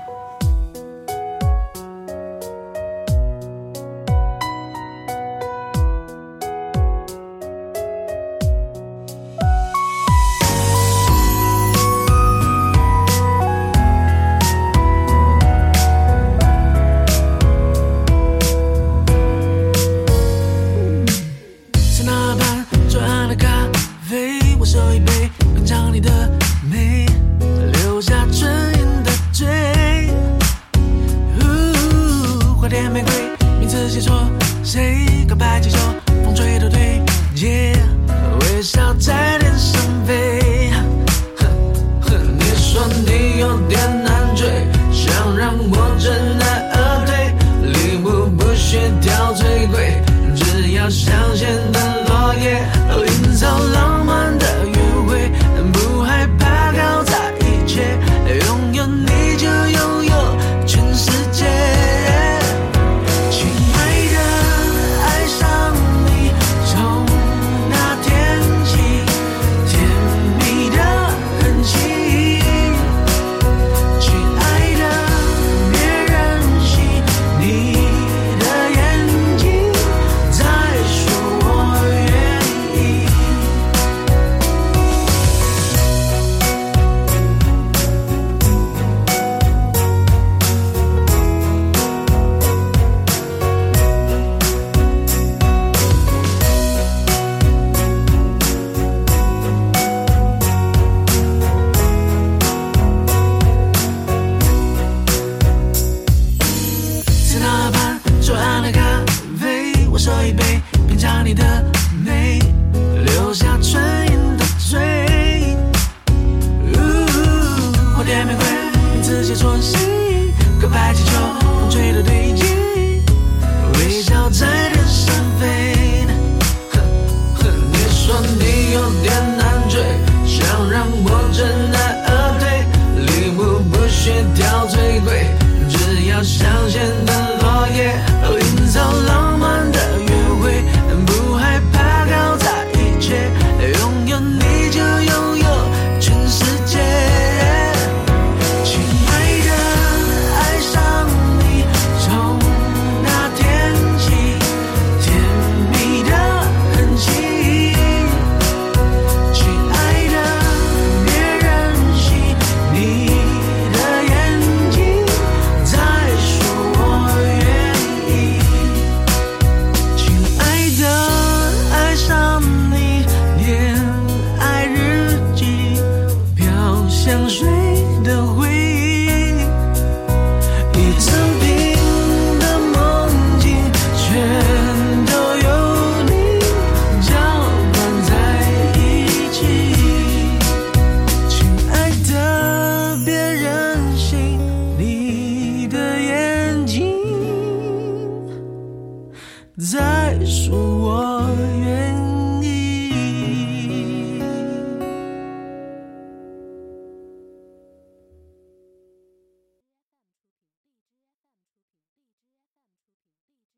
在那盘左岸的咖啡，我手一杯，品尝你的美。留下唇印的嘴，花店玫瑰，名字写错，谁告白气球？